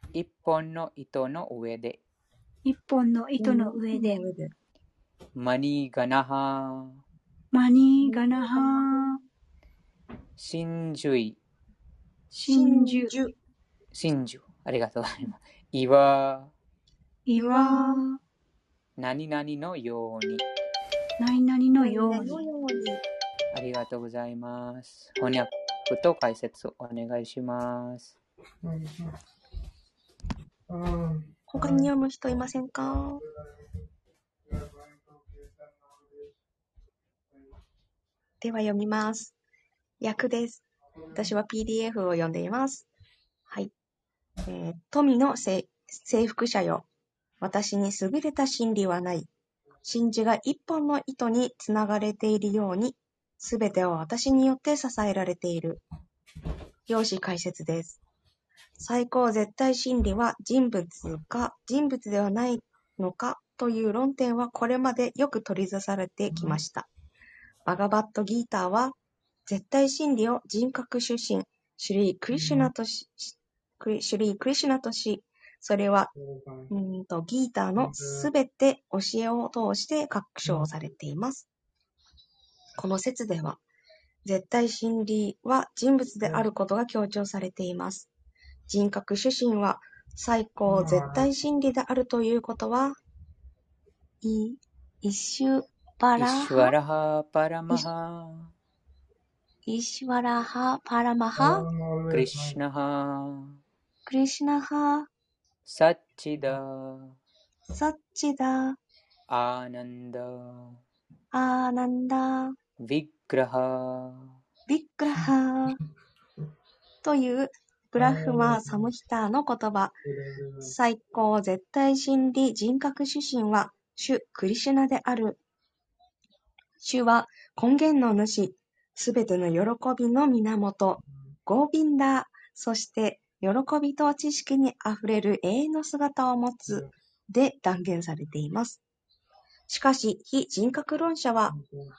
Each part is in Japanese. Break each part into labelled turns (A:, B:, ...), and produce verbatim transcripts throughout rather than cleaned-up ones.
A: 一本の糸の上で。
B: 一本の糸の上で。
A: マニガナハ
B: マニガナハ
A: 真珠
B: 真珠
A: 真珠ありがとうございます。岩
B: 岩
A: 何々のように
B: 何々のように。
A: ありがとうございます。翻訳と解説をお願いします。
C: 他に読む人いませんか？では読みます。訳です。私は ピーディーエフ を読んでいます。はい。えー、富の征服者よ。私に優れた真理はない。真珠が一本の糸につながれているように、すべては私によって支えられている。要旨解説です。最高絶対真理は人物か人物ではないのかという論点はこれまでよく取り沙汰されてきました。バガバットギーターは絶対真理を人格出身、シュリー・クリシュナとし、シュリー・クリシュナとし、それはうんとギーターのすべて教えを通して確証されています。この説では、絶対真理は人物であることが強調されています。人格主神は最高絶対真理であるということは、イイシュバラ
A: イシュワ
C: ハ
A: ラハパラマハ
C: イシュワラハパラマハ
A: クリシュナハ
C: クリシュナハ
A: サッチダ
C: サッチダ
A: アーナンダ
C: アーナンダ
A: ヴィグラハ
C: ビッグラハというブラフマ・サムヒターの言葉、最高絶対真理人格主神は主クリシュナである。主は根源の主、すべての喜びの源、ゴービンダー、そして喜びと知識にあふれる永遠の姿を持つで断言されています。しかし、非人格論者は、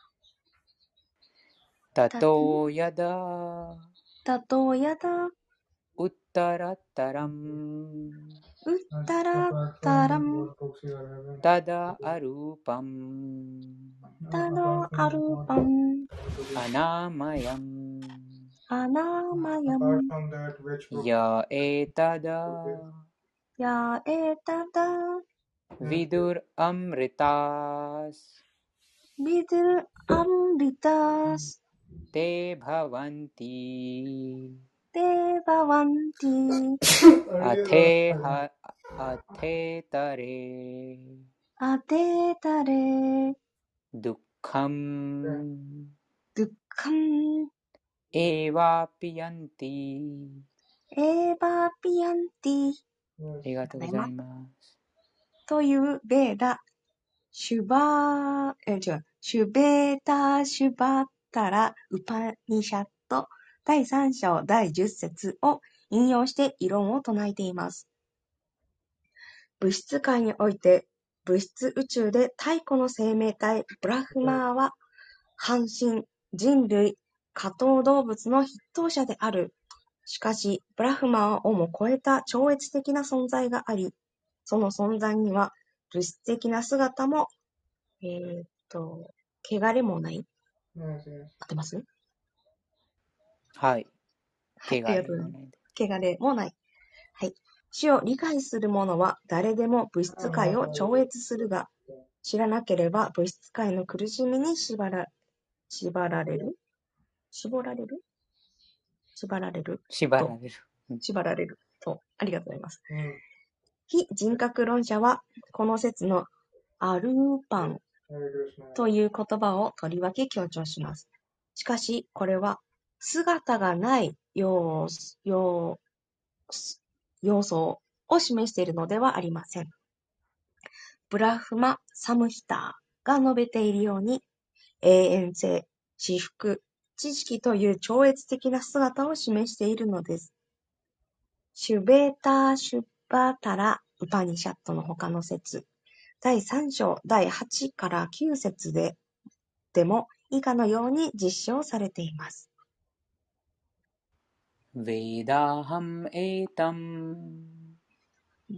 A: タトヤダ
C: タトヤダ
A: ウッタラッタラン
C: ウッタラッタラン
A: タダアルパン
C: タダアルパン
A: アナマヤン
C: アナマヤム
A: ヤエタダ
C: ヤエタダ
A: ヴィドゥルアムリタス
C: ビドゥルアムリタス
A: テバワンティ
C: デバワンティ
A: アテハアテタレ
C: アテタレ
A: ドゥカム
C: ドゥカン
A: エワピヤンティ
C: エバピアンティ
A: ありがとうございます。
C: というベーダ、シュバー、え、違う、シュベータシュバッタラウパニシャットだいさん章だいじゅっ節を引用して異論を唱えています。物質界において、物質宇宙で太古の生命体ブラフマーは、半身、人類、下等動物の筆頭者である。しかし、ブラフマーをも超えた超越的な存在があり、その存在には物質的な姿も、えーっと、汚れもない。合ってます？
A: はい。
C: はい、ありがとうございます。
A: 汚
C: 汚れもない。はい。主を理解する者は誰でも物質界を超越するが、知らなければ物質界の苦しみに縛ら、縛られる絞られる縛られる
A: 縛られる。
C: 縛られると。ありがとうございます。うん、非人格論者は、この説のアルーパンという言葉をとりわけ強調します。しかし、これは姿がない要要要素を示しているのではありません。ブラフマ・サムヒターが述べているように、永遠性、至福、知識という超越的な姿を示しているのです。シュベーター・シュバタラ・ウパニシャットの他の説、だいさん章だいはちからきゅう節で、でも以下のように実証されています。
A: ヴェダハムエタム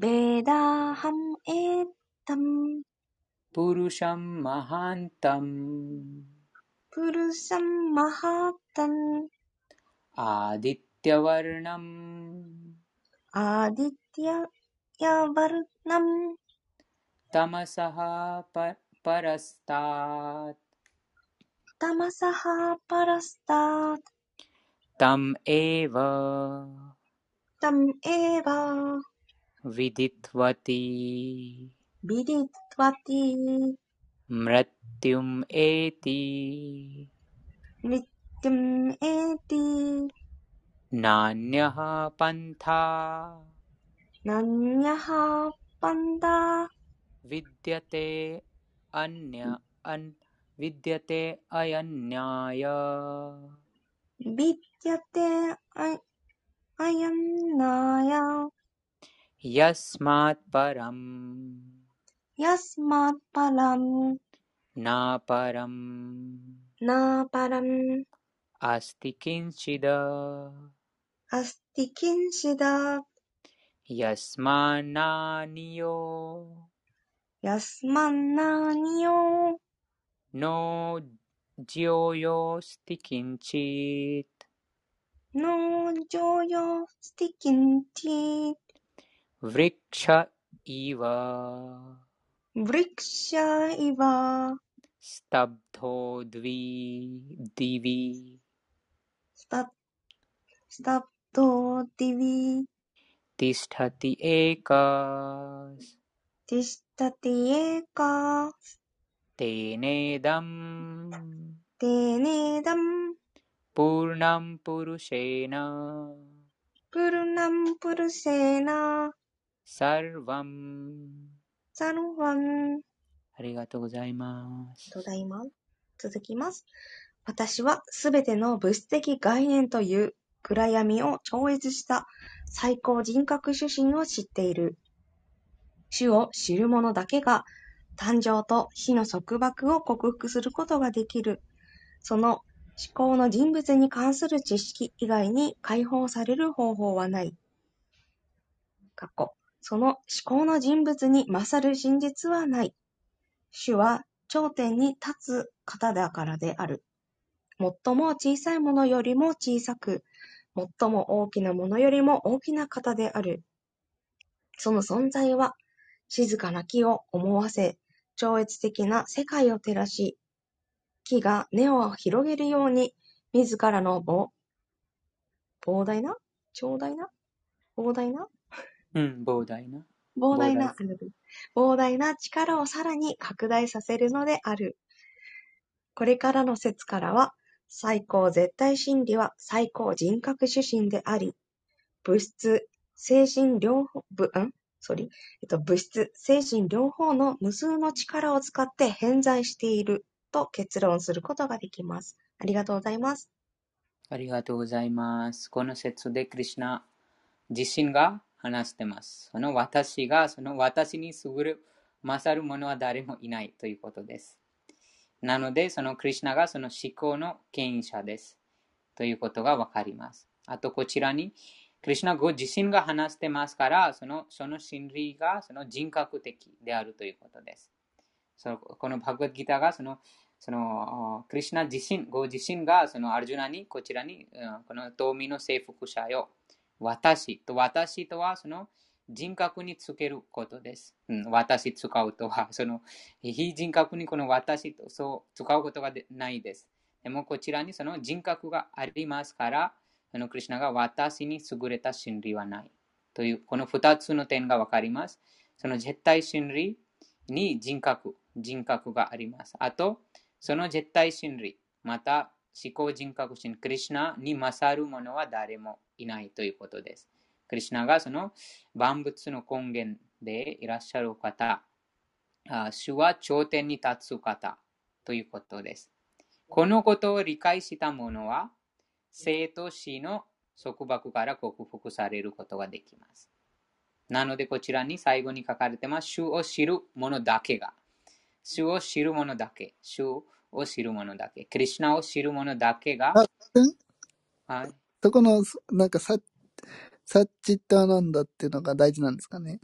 C: ベーダーハムエータム
A: プルシャンマハンタム
C: プルシャンマハータン
A: アディティワルナム
C: アディティアヤバルナム
A: タマサハパパラスター
C: タマサハパラスター
A: タムエヴァ
C: タムエーバー
A: ヴィディトワティ
C: ビディトワティ
A: ムラティウムエーティ
C: リッティムエーティ
A: ナニャハパンタ
C: ナンニャハパンダ
A: ヴィディアテアニャアンヴィディアテアヤニャヤ
C: ビディアテアアヤンナヤ
A: ヤスマッパラム
C: ヤスマパラム
A: ナパラム
C: ナパラム
A: アスティキンシダ
C: アスティキンシダ
A: ヤスマナニヨ
C: ヤスマンナニヨ
A: ノジオヨスティキンチ
C: ノジョヨスティキンチ
A: ヴリクシャイワ
C: ブリクシャイバ
A: スタブトドヴィディヴィ
C: スタスタプトディビ
A: ティスタティエカス
C: ティスタティエカ
A: テネダム
C: テネダム
A: プルナムプルシェナ
C: プルナムプルセーナ
A: サルヴァム
C: サルワン
A: ありがとうございます。
C: ただいま続きます。私はすべての物質的概念という暗闇を超越した最高人格主神を知っている。主を知る者だけが誕生と死の束縛を克服することができる。その思考の人物に関する知識以外に解放される方法はない。かっこその思考の人物に勝る真実はない。主は頂点に立つ方だからである。最も小さいものよりも小さく、最も大きなものよりも大きな方である。その存在は静かな木を思わせ、超越的な世界を照らし、木が根を広げるように、自らの膨膨大な長大な膨大な
A: うん、膨大な。
C: 膨大な
A: 膨大
C: 膨大な力をさらに拡大させるのである。これからの説からは、最高絶対真理は最高人格主神であり、物質、精神両方、ぶ、んソリ、えっと、物質、精神両方の無数の力を使って偏在していると結論することができます。ありがとうございます。
A: ありがとうございます。この説でクリシュナ自身が話しています。その私が、その私に優れ、勝る者は誰もいないということです。なので、そのクリシュナがその思考の権威者です。ということがわかります。あと、こちらに、クリシュナご自身が話してますから、そのその真理がその人格的であるということです。そのこのバグワッドギターがそのそのクリシュナ自身、ご自身がそのアルジュナにこちらにこの富の征服者よ、私と私とはその人格につけることです。うん、私使うとはその非人格にこの私とそう使うことがないです。でもこちらにその人格がありますから、そのクリシュナが私に優れた真理はないというこのふたつの点がわかります。その絶対真理に人格、人格があります。あと、その絶対真理、また思考人格心、クリシュナに勝る者は誰もいないということです。クリシュナがその万物の根源でいらっしゃる方、主は頂点に立つ方ということです。このことを理解した者は、生と死の束縛から克服されることができます。なので、こちらに最後に書かれてます。主を知る者だけが。主を知る者だけ。主を知る者だけ。クリシュナを知る者だけが。
D: あ、うん
A: はい。
D: そこの、なんかサ、サッチッターなんだっていうのが大事なんですかね。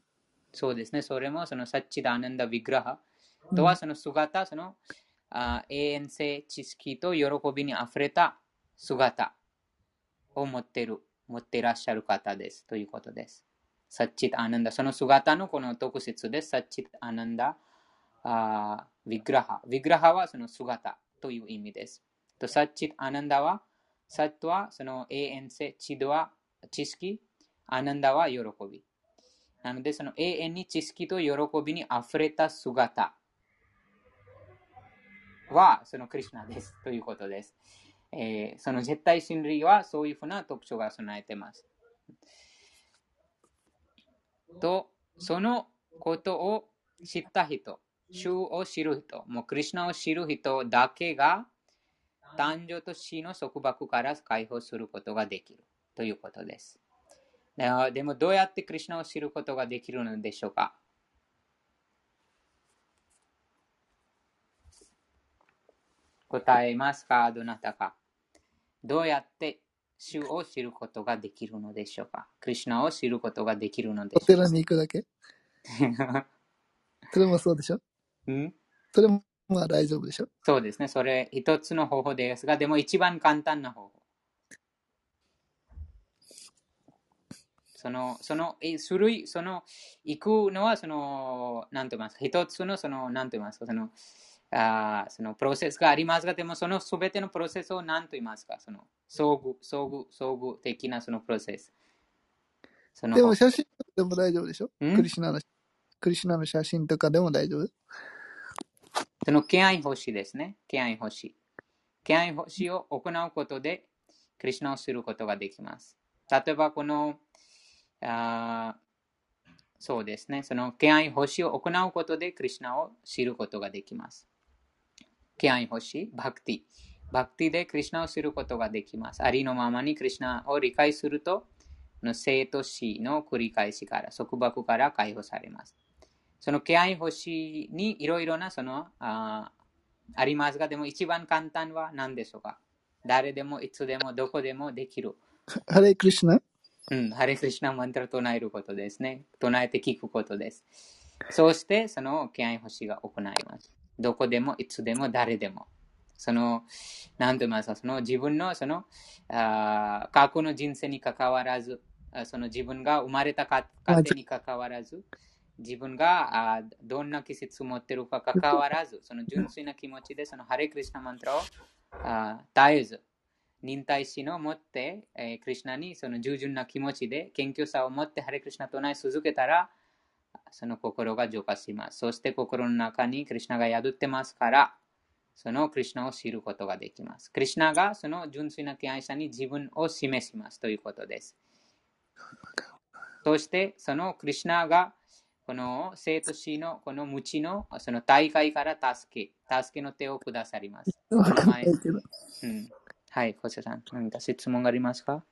A: そうですね。それもそのサッチダーナンダ・ヴィグラハとはその姿、そのあ永遠性、知識と喜びにあふれた姿を持っている、持っていらっしゃる方ですということです。サッチッアナンダ、その姿のこの特質です。サッチッアナンダ・あヴィグラハ。ヴィグラハはその姿という意味です。とサッチッアナンダは、サットはその永遠性、チドは知識、アナンダは喜び。なので、その永遠に知識と喜びにあふれた姿は、そのクリシュナですということです。えー、その絶対真理はそういうふうな特徴が備えています。と、そのことを知った人、主を知る人、もうクリシュナを知る人だけが誕生と死の束縛から解放することができるということです。でもどうやってクリシュナを知ることができるのでしょうか。答えますか、どなたか。どうやって主を知ることができるのでしょうか。クリシュナを知ることができるのでしょうか。
D: お寺に行くだけそれもそうでしょ
A: うん、
D: それもまあ大丈夫でしょ。
A: そうですね。それ一つの方法ですが、でも一番簡単な方法。その、その、種類、その、行くのは、その、なんと言いますか、一つの、その、なんと言いますか、その、あそのプロセスがありますが、でもそのすべてのプロセスを何と言いますか、その、相互、相互、相互的なそのプロセス。その
D: でも写真とかでも大丈夫でしょ。
A: ん
D: クリシュナの、クリシュナの写真とかでも大丈夫。
A: その敬愛星ですね。敬愛星。敬愛星を行うことで、クリシュナを知ることができます。例えば、この、あそうですね。その敬愛星を行うことで、クリシュナを知ることができます。敬愛星、バクティ。バクティでクリシュナを知ることができます。ありのままにクリシュナを理解すると、生と死の繰り返しから、束縛から解放されます。その敬愛星にいろいろなその あ, ありますが、でも一番簡単は何でしょうか。誰でもいつでもどこでもできる。
D: ハレクリシュナ
A: うん、ハレクリシュナマントラを唱えることですね。唱えて聞くことです。そしてその敬愛星が行います。どこでもいつでも誰でも。その、何と言いますか、その自分のそのあ過去の人生に関わらず、その自分が生まれた家庭に関わらず、自分があどんな季節を持っているか関わらず、その純粋な気持ちでそのハレクリシュナマントラをあ絶えず、忍耐心を持って、えー、クリシュナにその従順な気持ちで謙虚さを持ってハレクリシュナと唱え続けたら、その心が浄化します。そして心の中にクリシュナが宿ってますから、そのクリシュナを知ることができます。クリシュナがその純粋な敬愛者に自分を示しますということです。そしてそのクリシュナがこの生と死のこの無知のその大会から助け、助けの手をくださります。
D: わかんないけど。
A: うん、はい、小瀬さん、何か質問がありますか。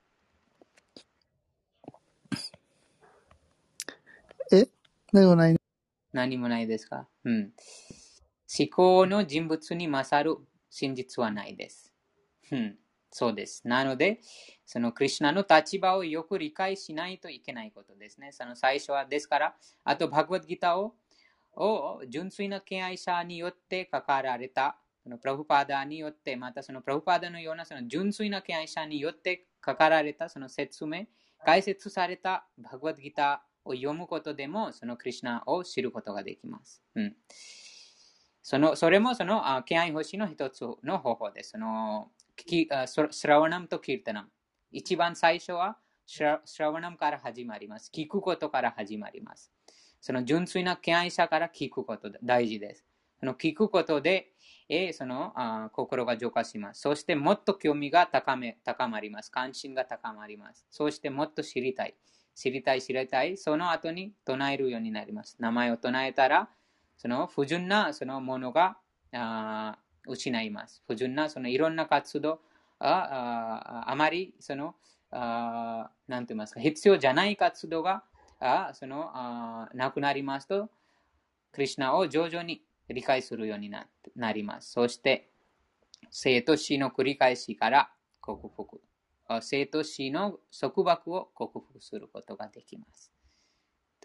D: え何もない。
A: 何もないですか。うん。思考の人物に勝る真実はないです。うん。そうです。なので、そのクリシュナの立場をよく理解しないといけないことですね。その最初は、ですから、あと、バグワッドギターをを純粋な敬愛者によって書かられた、そのプラフパーダによって、またそのプラフパーダのようなその純粋な敬愛者によって書かられたその説明、解説されたバグワッドギターを読むことでも、そのクリシュナを知ることができます。うん、そのそれもその敬愛星の一つの方法です。そのスラワナムとキルタナム。一番最初はスラワナムから始まります。聞くことから始まります。その純粋な敬愛者から聞くこと大事です。その聞くことで、えー、そのあ心が浄化します。そしてもっと興味が高め高まります。関心が高まります。そしてもっと知りたい。知りたい、知りたい。その後に唱えるようになります。名前を唱えたら、その不純なそのものがあ失います。不純なそのいろんな活動、あ, あ, あまりそのあなんて言いますか、必要じゃない活動があそのあなくなりますと、クリシュナを徐々に理解するように な, なります。そして、生と死の繰り返しから克服。生と死の束縛を克服することができます。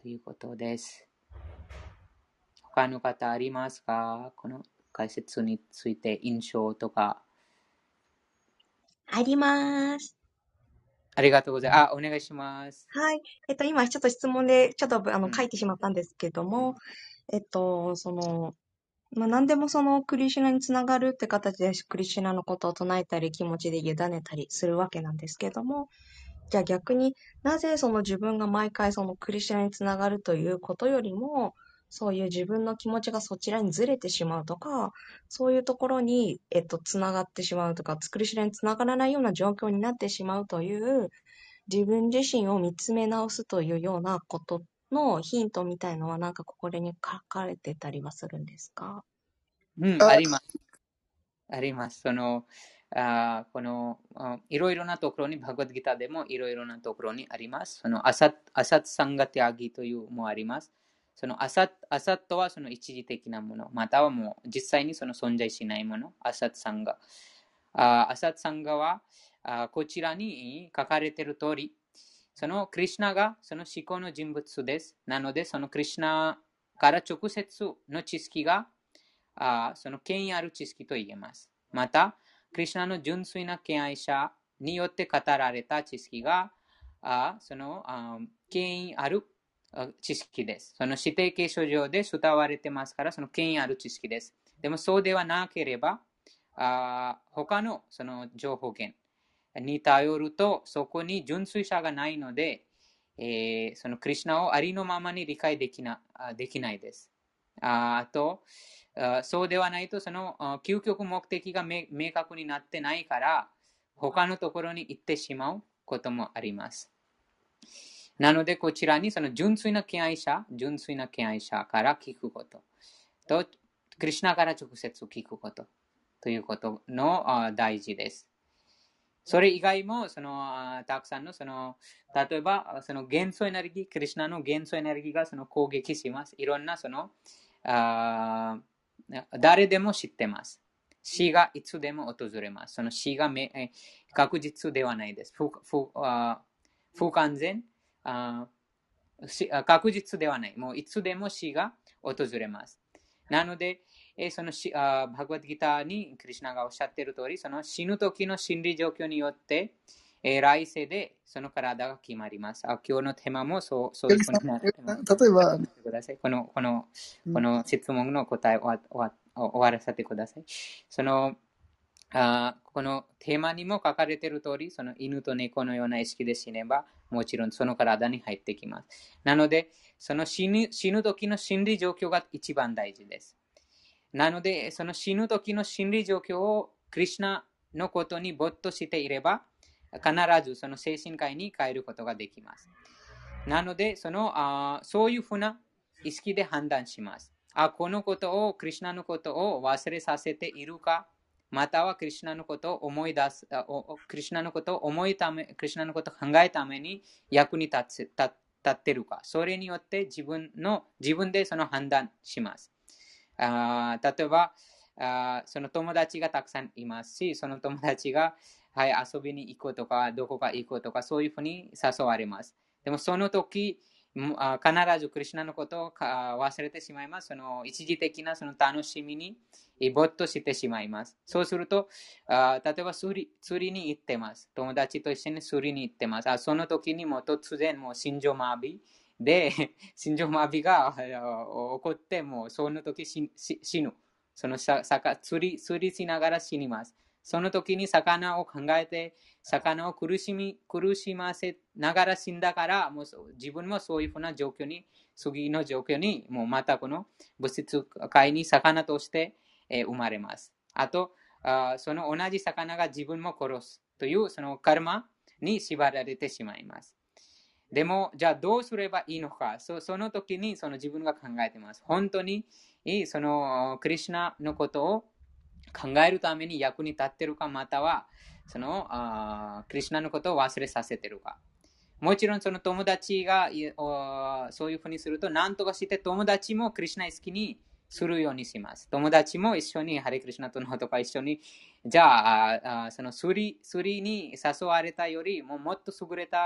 A: ということです。他の方ありますか？この解説について印象とか。
C: あります。
A: ありがとうございます。あ、お願いします。
C: はい。えっと、今ちょっと質問でちょっとあの
A: うん。
C: 書いてしまったんですけども、えっと、その、まあ、何でもそのクリシュナにつながるって形でクリシュナのことを唱えたり気持ちで委ねたりするわけなんですけども、じゃあ逆になぜその自分が毎回そのクリシュナにつながるということよりも、そういう自分の気持ちがそちらにずれてしまうとか、そういうところに、えっと、つながってしまうとか、クリシュナにつながらないような状況になってしまうという、自分自身を見つめ直すというようなことのヒントみたいのはなんかここに書かれてたりはするんですか？
A: うん、あります。あります。その、あこのあいろいろなところに、バガヴァッドギターでもいろいろなところにあります。そのアサッ、アサッサンガティアギというもあります。そのアサッ、アサットはその一時的なもの、またはもう実際にその存在しないもの、アサッサンガ。あアサッサンガはあこちらに書かれている通り、そのクリシュナがその思考の人物です。なので、そのクリシュナから直接の知識があその権威ある知識と言えます。また、クリシュナの純粋な敬愛者によって語られた知識があそのあ権威ある知識です。その指定継承上で伝われてますから、その権威ある知識です。でもそうではなければ、あ他のその情報源に頼ると、そこに純粋さがないので、えー、そのクリシュナをありのままに理解できな、できないです。ああと、そうではないと、その究極目的が明確になってないから、他のところに行ってしまうこともあります。なので、こちらにその純粋な敬愛者、純粋な敬愛者から聞くことと、クリシュナから直接聞くことということの大事です。それ以外も、そのたくさんの、その例えば、その元素エネルギー、クリシュナの元素エネルギーがその攻撃します。いろんなそのあ誰でも知ってます。死がいつでも訪れます。その死がめ確実ではないです。不不不完全あ確実ではない。もういつでも死が訪れます。なので、そのバガヴァッドギターにクリシュナがおっしゃっている通り、その死ぬ時の心理状況によって、来世でその体が決まります。あ今日のテーマもそう、そういうふうになってます。
D: 例えば、
A: くださいこの、この、この質問の答えを終わ終わらせてください。そのあこのテーマにも書かれている通り、その犬と猫のような意識で死ねば、もちろんその体に入ってきます。なので、その死ぬ、死ぬ時の心理状況が一番大事です。なので、その死ぬ時の心理状況をクリシュナのことに没頭していれば、必ずその精神科医に変えることができます。なので、そのあそういうふうな意識で判断します。あこのことを、クリシュナのことを忘れさせているか、またはクリシュナのことを思い出す、クリシュナのことを思いため、クリシュナのことを考えるために役に立つ、立っているか、それによって自分の、自分でその判断します。あ例えばあ、その友達がたくさんいますし、その友達が、はい、遊びに行こうとか、どこか行こうとか、そういうふうに誘われます。でもその時、必ずクリシュナのことを忘れてしまいます。その一時的なその楽しみに没頭してしまいます。そうすると、あ例えば釣り釣りに行ってます。友達と一緒に釣りに行ってます。あその時にも突然もう心情麻痺で、心情麻痺が起こって、もうその時死ぬ。その釣り、釣りしながら死にます。その時に魚を考えて、魚を苦しみ、苦しませながら死んだから、もう自分もそういうふうな状況に、次の状況に、もうまたこの物質界に魚として、えー、生まれます。あとあ、その同じ魚が自分も殺すという、そのカルマに縛られてしまいます。でも、じゃあどうすればいいのか、そ, その時にその自分が考えています。本当にそのクリシュナのことを考えるために役に立っているか、またはそのあクリシュナのことを忘れさせているか。もちろんその友達がそういうふうにすると、何とかして友達もクリシュナ意識にするようにします。友達も一緒にハレクリシュナとのとか一緒に、じゃあ、あそのスリ、スリに誘われたよりももっと優れた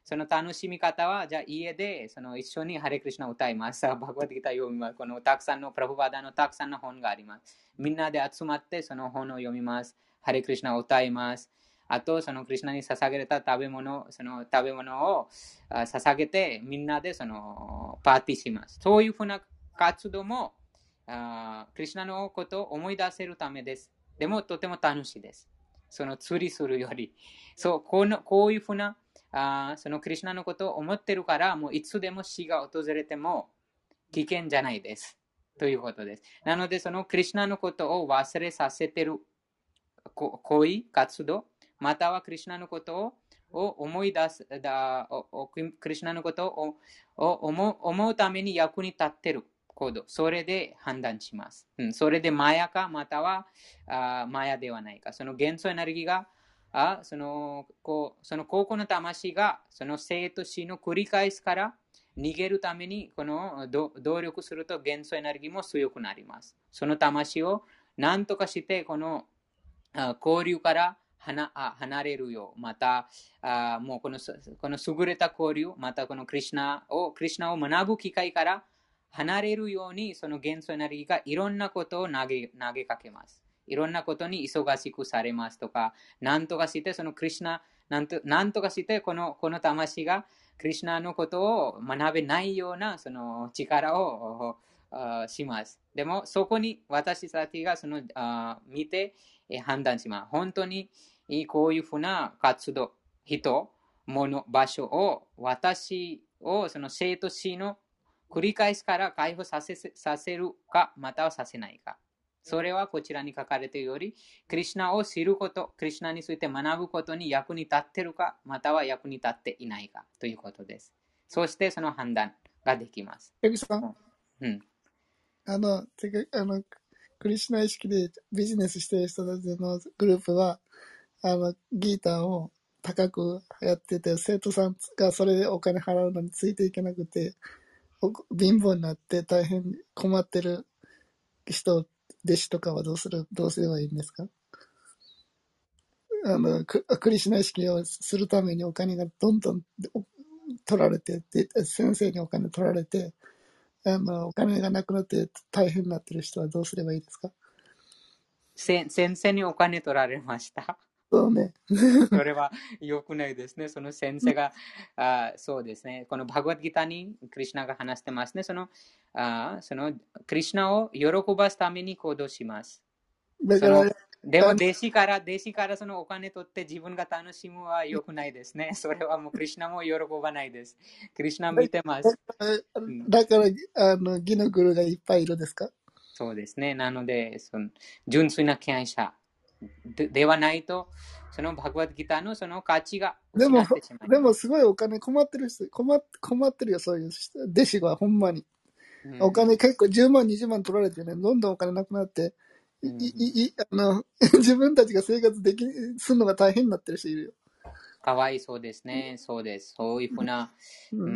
A: その楽しみ方は、じゃあ家でその一緒にハレクリシナを歌います。バグワッドギター読みます。このたくさんのプラブバダのたくさんの本があります。みんなで集まってその本を読みます。ハレクリシナを歌います。あと、そのクリシナに捧げた食べ物、その食べ物を捧げて、みんなでそのパーティーします。そういうふうな活動も、あクリシナのことを思い出せるためです。でも、とても楽しいです。その釣りするより。そう、このこういうふうなあそのクリシナのことを思ってるから、もういつでも死が訪れても危険じゃないです。ということです。なので、そのクリシナのことを忘れさせてる行為、活動、またはクリシナのことを思い出す、だクリシナのことを思う、思うために役に立っている行動、それで判断します。うん、それでマヤか、またはあマヤではないか。その元素エネルギーが、あそのこうその高校の魂がその生と死の繰り返しから逃げるためにこの努力すると元素エネルギーも強くなります。その魂を何とかしてこの交流から離れるよう、またあもうこのこの優れた交流、またこのクリシナをクリシナを学ぶ機会から離れるように、その元素エネルギーがいろんなことを投げ、投げかけます。いろんなことに忙しくされますとか、なんとかしてそのクリシナ、なんと、なんとかしてこのこの魂がクリシナのことを学べないようなその力をします。でもそこに私たちがそのあ見て判断します。本当にこういうふうな活動、人、物、場所を私をその生と死の繰り返しから解放させ、させるか、またはさせないか。それはこちらに書かれているより、クリシナを知ること、クリシナについて学ぶことに役に立っているか、または役に立っていないかということです。そしてその判断ができます。
D: エビさん、
A: うん、
D: あの、てか、あの、クリシナ意識でビジネスしている人たちのグループは、あの、ギーターを高くやってて、生徒さんがそれでお金払うのについていけなくて、貧乏になって大変困ってる人、弟子とかはどうする、どうすればいいんですか？あの、ククリシナ意識をするためにお金がどんどん取られて、先生にお金取られて、あの、お金がなくなって大変になってる人はどうすればいいですか？
A: 先生にお金取られました。
D: そうね。
A: それは良くないですね。その先生が、あそうですね。このバグワッドギターにクリシナが話してますね。その、あそのクリシナを喜ばすために行動します。
D: だから、
A: でも弟子から、弟子からそのお金取って自分が楽しむは良くないですね。それはもうクリシナも喜ばないです。クリシナ見てます。
D: だから、あの、義のグルがいっぱいいるですか？
A: そうですね。なので、その純粋な敬愛者 で, ではないと、そのバグワッドギターのその価値が失ってしまいます。
D: でも、でもすごいお金困ってる人、困っ、困ってるよ、そういう弟子がほんまに。うん、お金結構じゅうまん、にじゅうまん取られてね、どんどんお金なくなって、いいいあの自分たちが生活できするのが大変になってる人いるよ。
A: かわいそうですね。うん、そうです。そういうふうな、うんうん、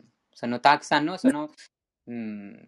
A: そのたくさんのその、うん、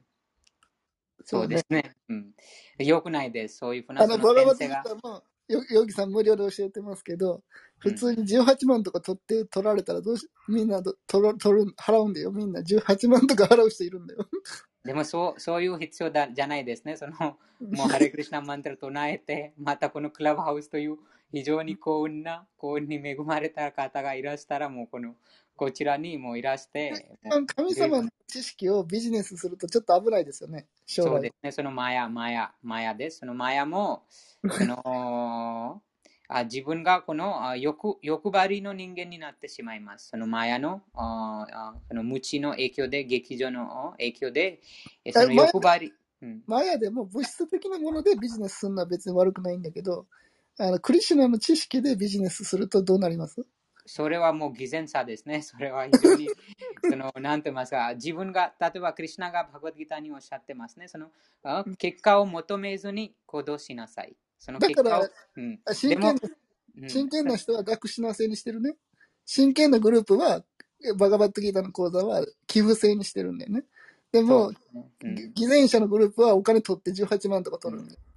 A: そうですね。うん、よくないです。そういうふうなその先生が。
D: ヨギさん無料で教えてますけど、普通にじゅうはちまんとか取って取られたらどうし、みんな取る、取る、払うんだよ。みんなじゅうはちまんとか払う人いるんだよ。
A: でもそう、そういう必要だじゃないですね。その、もうハレクリシナマントル唱えて、またこのクラブハウスという非常に幸運な、幸運に恵まれた方がいらしたら、もうこの、こちらにもいらして。
D: 神様の知識をビジネスするとちょっと危ないですよね。
A: そうですね。そのマヤ、マヤ、マヤです。そのマヤも、そのあ自分がこの欲、欲張りの人間になってしまいます。そのマヤの、あその無知の影響で、劇場の影響で、その欲張り。
D: うん、マヤでも物質的なものでビジネスするのは別に悪くないんだけど、あのクリシュナの知識でビジネスするとどうなります？
A: それはもう偽善さですね。それは非常に、その、なんて言いますか、自分が、例えばクリシュナがバグワッドギターにおっしゃってますね。その、結果を求めずに行動しなさい。その結果を。だから、
D: うん、真剣な、真剣な人は学士な制にしてるね。真剣なグループは、バガバッドギターの講座は寄付制にしてるんだよね。でも、ねうん、偽善者のグループはお金取ってじゅうはちまんとか取るんだよ。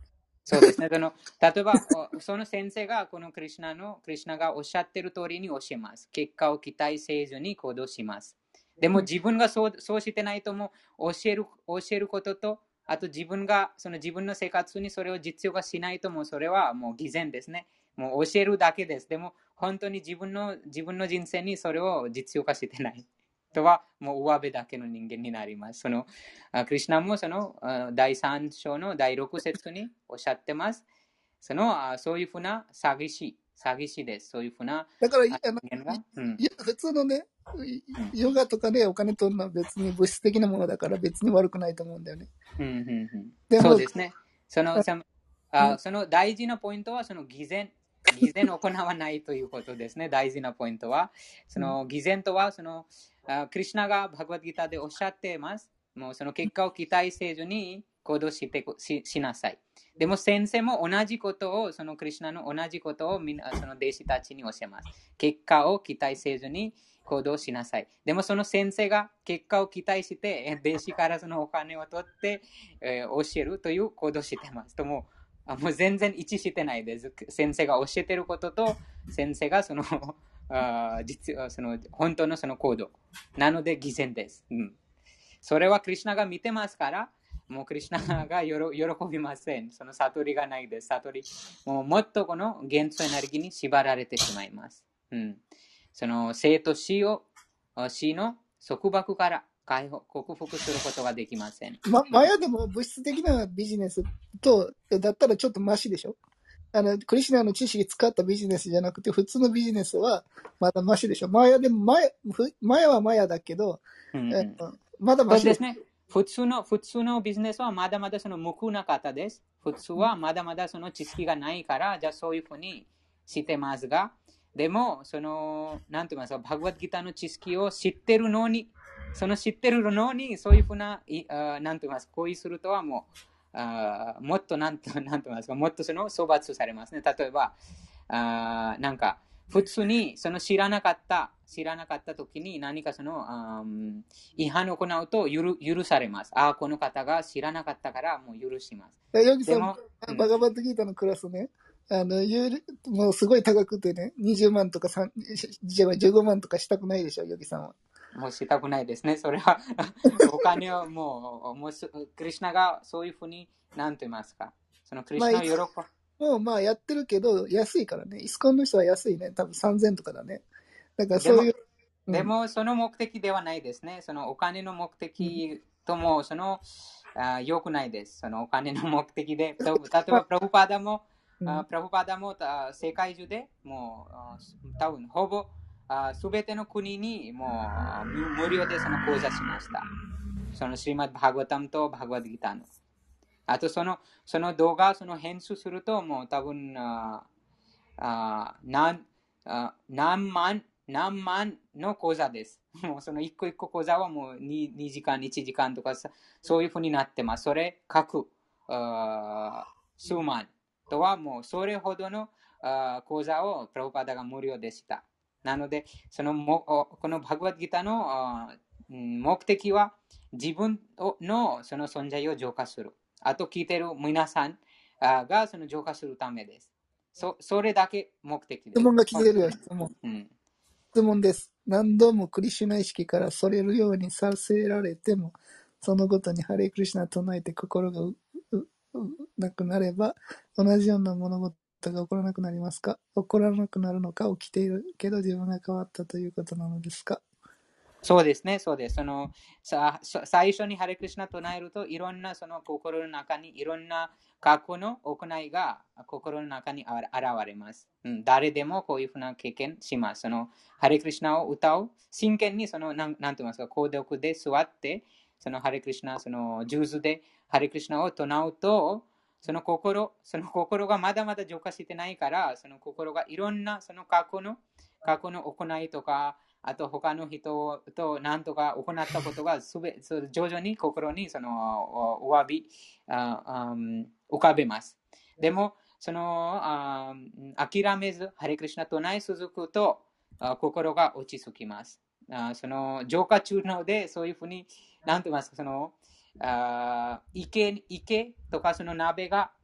A: そうですね。その例えば、その先生がこのクリシュナの、クリシュナがおっしゃってる通りに教えます。結果を期待せずに行動します。でも自分がそう、そうしてないとも教える、教えることと、あと自分が、その自分の生活にそれを実用化しないともそれはもう偽善ですね。もう教えるだけです。でも本当に自分の、自分の人生にそれを実用化してない。とはもう上辺だけの人間になります。そのクリシュナもそのだいさん章のだいろく節におっしゃってます。そのそういうふうな詐欺師、詐欺師です。そういうふうな
D: だから、あの
A: 人間が、うん、
D: 普通のね、ヨガとかでお金取るのは別に物質的なものだから別に悪くないと思うんだよね。
A: うんうんうん、
D: でも
A: そうですね。その、そのあその大事なポイントはその偽善。偽善を行わないということですね。大事なポイントは。その偽善とはその、クリシュナがバグワッドギターでおっしゃっています。もうその結果を期待せずに行動して し, しなさい。でも先生も同じことを、そのクリシュナの同じことをみんなその弟子たちに教えます。結果を期待せずに行動しなさい。でもその先生が結果を期待して、弟子からそのお金を取って、えー、教えるという行動をしています。ともあもう全然一致してないです。先生が教えていることと、先生がそのあ実その本当のその行動。なので偽善です、うん。それはクリシュナが見てますから、もうクリシュナが喜びません。その悟りがないです。悟り。もうもっとこの元素エネルギーに縛られてしまいます。うん、その生と死を、死の束縛から解放克服することができません。
D: ま、マヤでも物質的なビジネスと、だったらちょっとマシでしょ。あの、クリシュナの知識使ったビジネスじゃなくて、普通のビジネスはまだマシでしょ。マヤでも、マヤ、マヤはマヤだけど、
A: うんうん、
D: まだマシ
A: ですね。普通の、普通のビジネスはまだまだその無垢な方です。普通はまだまだその知識がないから、じゃあそういうふうにしてますが、でも、その、なんて言いますか、バグワッドギターの知識を知ってるのに、その知ってるのに、そういうふうな、なんて言いますか、行為するとはもう、あもっとなんと、なんて言いますか、もっとその処罰されますね。例えば、あなんか、普通にその知らなかった、知らなかった時に何かその、うん、違反を行うと許、許されます。ああ、この方が知らなかったからもう許します。
D: ヨギさん、バガバッドギーターのクラスね、あの、もうすごい高くてね、にじゅうまんとかじゅうごまんとかしたくないでしょ、ヨギさんは。
A: もうしたくないですね。それはお金をもう、もうクリシュナがそういうふうに、なんと言いますか。そのクリシュナを喜ぶ。まあ
D: もうまあやってるけど、安いからね。イスコンの人は安いね。多分さんぜんとかだね。だからそういう。
A: でも、うん、でもその目的ではないですね。そのお金の目的とも、その、あ良くないです。そのお金の目的で。例えば、プラブパダも、うん、プラブパダも世界中でもう、多分ほぼすべての国にもう無料でその講座しました。そのシリマッド・バーガワタムとバーガワッドギターの。あとその、その動画、その編集すると、もう多分、ああ何あ何万、何万の講座です。もうその一個一個講座はもう 2, にじかん、いちじかんとかそういうふうになってます。それ、各数万とはもうそれほどの講座をプラブパダが無料でした。なので、そのもこのバグワッドギターの目的は自分のその存在を浄化する。あと聞いてる皆さんがその浄化するためです。そ, それだけ目的です。
D: 質問が来てるよ、質問。
A: うん、
D: 質問です。何度もクリシュナ意識からそれるようにさせられても、そのごとにハレークリシュナ唱えて心がうううなくなれば、同じような物事が起こらなくなりますか？起こらなくなるのか起きているけど自分が変わったということなのですか？
A: そうですね、そうです。そのさ最初にハレクリシュナ唱えると、いろんなその心の中にいろんな過去の行いが心の中に現れます。うん、誰でもこういうふうな経験します。そのハレクリシュナを歌う、真剣にそのなんなんて言いますか、購読で座って、そのハレクリシュナ、そのジューズでハレクリシュナを唱うと、その心、その心がまだまだ浄化してないから、その心がいろんなその過去の過去の行いとか、あと他の人と何とか行ったことがすべ徐々に心にそのお詫びあ浮かべます。でもそのあ諦めずハレクリシュナ唱え続くと心が落ち着きます。あその浄化中のでそういうふうに何と言いますか、そのあ池池とかその鍋が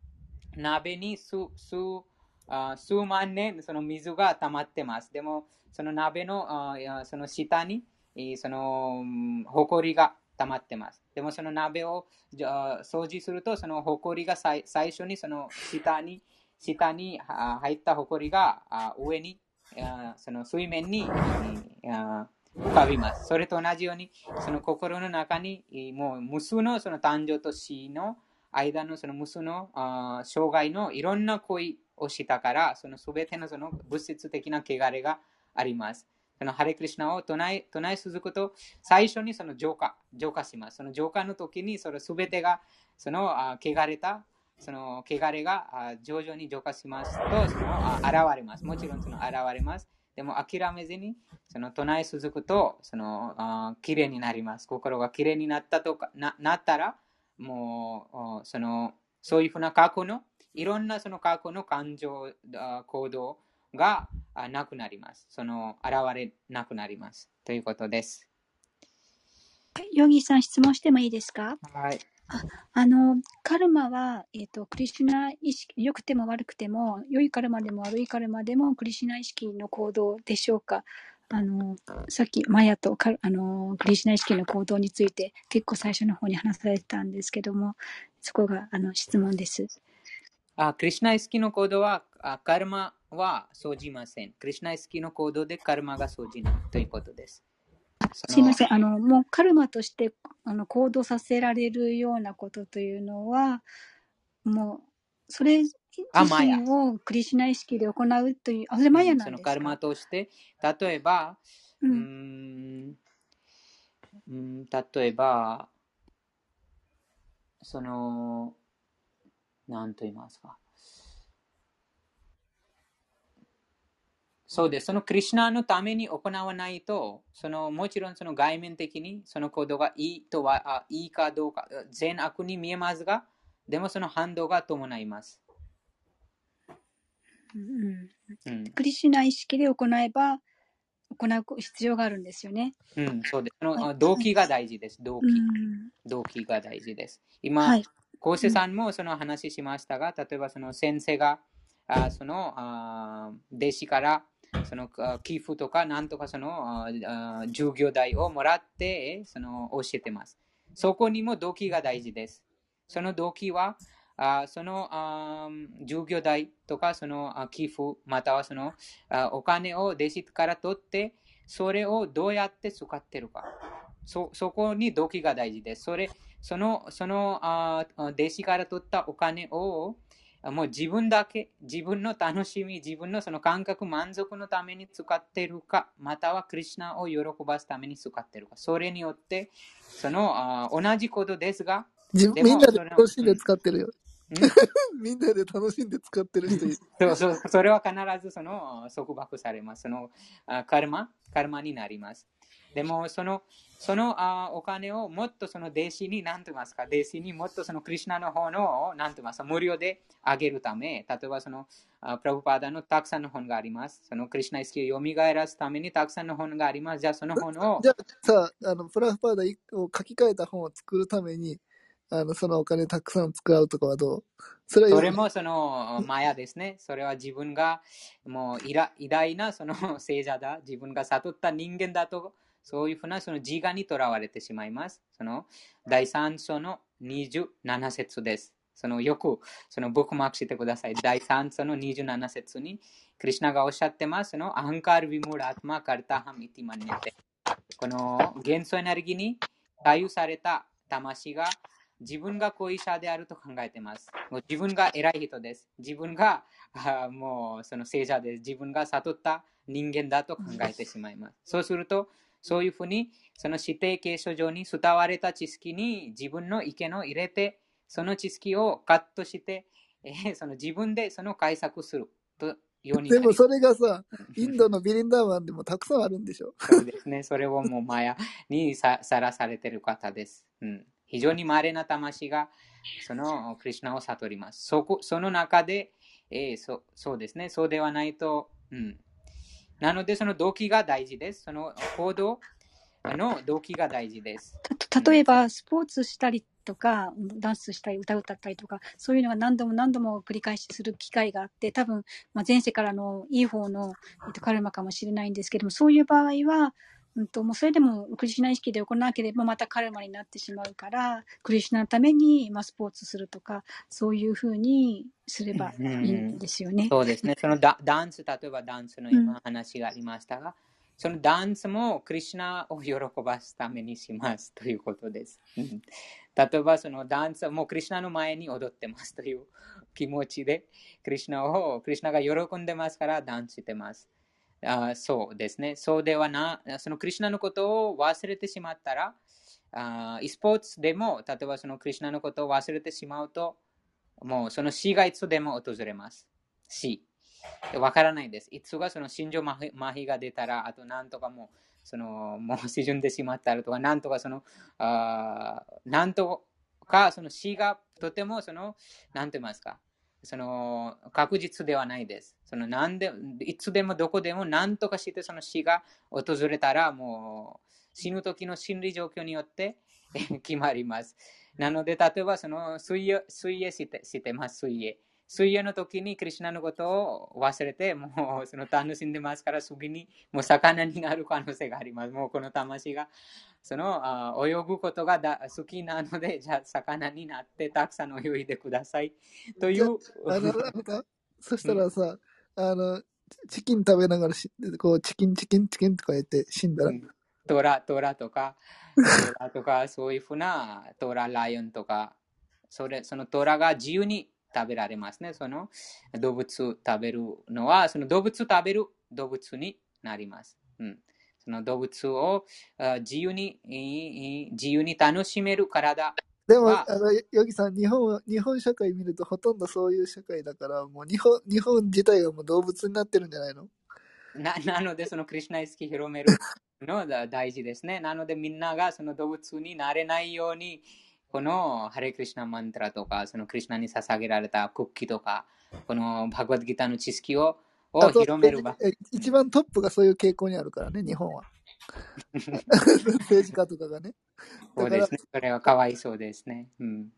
A: 鍋に数数あ数万年その水が溜まってます。でも、その鍋のあその下にそのほこりが溜まってます。でも、その鍋を掃除すると、そのほこりが最初にその下に下に入ったほこりが上にその水面に浮かびます。それと同じように、その心の中にもう無数のその誕生と死の間のその無数の障害のいろんな恋をしたから、そのすべてのその物質的な汚れがあります。そのハレクリシナを唱え、唱え続くと、最初にその浄化、浄化します。その浄化の時に、そのすべてが、その汚れた、その汚れが徐々に浄化しますと、その現れます。もちろんその現れます。でも諦めずに、その唱え続くと、そのきれいになります。心がきれいになったとか、な、なったら、もう、その、そういうふうな過去の、いろんなその過去の感情、行動がなくなります。その、現れなくなります。ということです。
B: ヨギさん、質問してもいいですか？
A: はい。
B: あ, あの、カルマは、えっと、クリシュナ意識、良くても悪くても、良いカルマでも悪いカルマでも、クリシュナ意識の行動でしょうか？あの、さっき、マヤとカルあのクリシュナ意識の行動について、結構最初の方に話されてたんですけども、そこが、あの、質問です。
A: あ、クリシュナ意識の行動は、あカルマは生じません。クリシュナ意識の行動でカルマが生じないということです。
B: すいません。あの、もうカルマとしてあの行動させられるようなことというのは、もう、それ自身をクリシュナ意識で行うという、あ、それマヤなんですか？
A: そのカルマとして、例えば、
B: う
A: うん、うん、例えば、その、何と言いますか。そうです。そのクリシュナのために行わないと、そのもちろんその外面的にその行動がいいとは、あいいかどうか、善悪に見えますが、でもその反動が伴います。
B: うんうん、クリシュナ意識で行えば、行う必要があるんですよね。
A: うん、そうです。その動機が大事です。動機。うん、動機が大事です。今、はい、コウセさんもその話しましたが、例えばその先生が、あそのあ弟子からその寄付とかなんとかその授業代をもらってその教えてます。そこにも動機が大事です。その動機はあそのあ授業代とかその寄付またはそのあお金を弟子から取ってそれをどうやって使ってるか。そ, そこに動機が大事です。それそのそのあ弟子から取ったお金をもう自分だけ、自分の楽しみ、自分のその感覚、満足のために使っているか、またはクリシュナを喜ばすために使っているか、それによって、そのあ同じことですが、
D: でみんなで楽しんで使ってるよ。うん、みんなで楽しんで使ってる人いる。
A: そうそう、それは必ずその束縛されます。そのカルマ、カルマになります。でもそのそのあお金をもっとその弟子に何と言いますか、弟子にもっとそのクリシュナの方の何と言いますか、無料であげるため、例えばそのプラブパーダのたくさんの本があります。そのクリシュナ意識を蘇らすためにたくさんの本があります。じゃあその本を。
D: じゃあさ、あのプラブパーダを書き換えた本を作るために、あのそのお金たくさん使うとかはどう？
A: それはそれもそのマヤですね。それは自分がもう偉大なその聖者だ。自分が悟った人間だと。そういうふうなその自我にとらわれてしまいます。そのだいさん章のにじゅうなな節です。そのよくそのブックマークしてください。だいさん章のにじゅうなな節にクリシュナがおっしゃってます。そのアハンカーヴィムーラアトマカルタハムイティマニヤテ。この元素エネルギーに左右された魂が自分が後遺者であると考えています。もう自分が偉い人です。自分がもうその聖者です。自分が悟った人間だと考えてしまいます。そうするとそういうふうに、その指定継承上に伝われた知識に自分の意見を入れて、その知識をカットして、えー、その自分でその解釈するとようになります。
D: でもそれがさ、インドのビリンダーマンでもたくさんあるんでしょ。
A: そうですね。それをもうマヤにさらされている方です。うん、非常に稀な魂がそのクリシュナを悟ります。そこその中で、えーそ、そうですね。そうではないと、うんなので、その動機が大事です。その行動の動機が大事です。
B: た例えば、スポーツしたりとか、ダンスしたり歌歌ったりとか、そういうのが何度も何度も繰り返しする機会があって、多分、まあ、前世からのいい方の、えっと、カルマかもしれないんですけども、そういう場合は、うんと、もうそれでもクリシュナ意識で行わなければまたカルマになってしまうから、クリシュナのために、まあ、スポーツするとか、そういうふうにすればいいんですよね。
A: そうですね。そのダダンス、例えばダンスの
B: うん。
A: 今話がありましたが、そのダンスもクリシュナを喜ばすためにしますということです。うん例えばそのダンスはもうクリシュナの前に踊ってますという気持ちで、クリシュナを、クリシュナが喜んでますからダンスしてます。あそうですね。そうではな、そのクリシュナのことを忘れてしまったら、あスポーツでも、例えばそのクリシュナのことを忘れてしまうと、もうその死がいつでも訪れます。死。わからないです。いつがその心情麻痺麻痺が出たら、あとなんとかもう、そのもう沈んでしまったらとか、なんとかその、あなんとかその死がとてもその、なんて言いますか、その確実ではないです。そのなんでいつでもどこでも何とかしてその死が訪れたら、もう死ぬ時の心理状況によって決まります。なので、例えばその水泳、水泳して、してます、水泳。水泳の時にクリシュナのことを忘れて、もうその楽しんでますから、次にもう魚になる可能性があります。もうこの魂がそのあ泳ぐことがだ好きなので、じゃあ魚になってたくさん泳いでくださいとい
D: じゃ
A: う。
D: あ、あの、あれか、そした
A: うん
D: らさ、あの、チキン食べながらし、こう、チキンチキンチキンとか言って死んだら。
A: うんトラ、トラとか、トラとか、そういうふうなトラ、ライオンとか、それ、そのトラが自由に食べられますね。その動物食べるのは、その動物食べる動物になります。うん、その動物をあ自由に、いい自由に楽しめる体
D: でも、
A: は、
D: あの、ヨギさん、日本、日本社会見るとほとんどそういう社会だから、もう日本、日本自体がもう動物になってるんじゃないの？
A: ななので、そのクリシュナ意識広めるのが大事ですね。なので、みんながその動物になれないように、このハレクリシュナマントラとか、そのクリシュナに捧げられたクッキーとか、このバグワッドギターの知識をを
D: あと、
A: 広める場。
D: え一番トップがそういう傾向にあるからね、日本は。政治家とかがね。だから、
A: そうですね。それはかわいそうですね。うん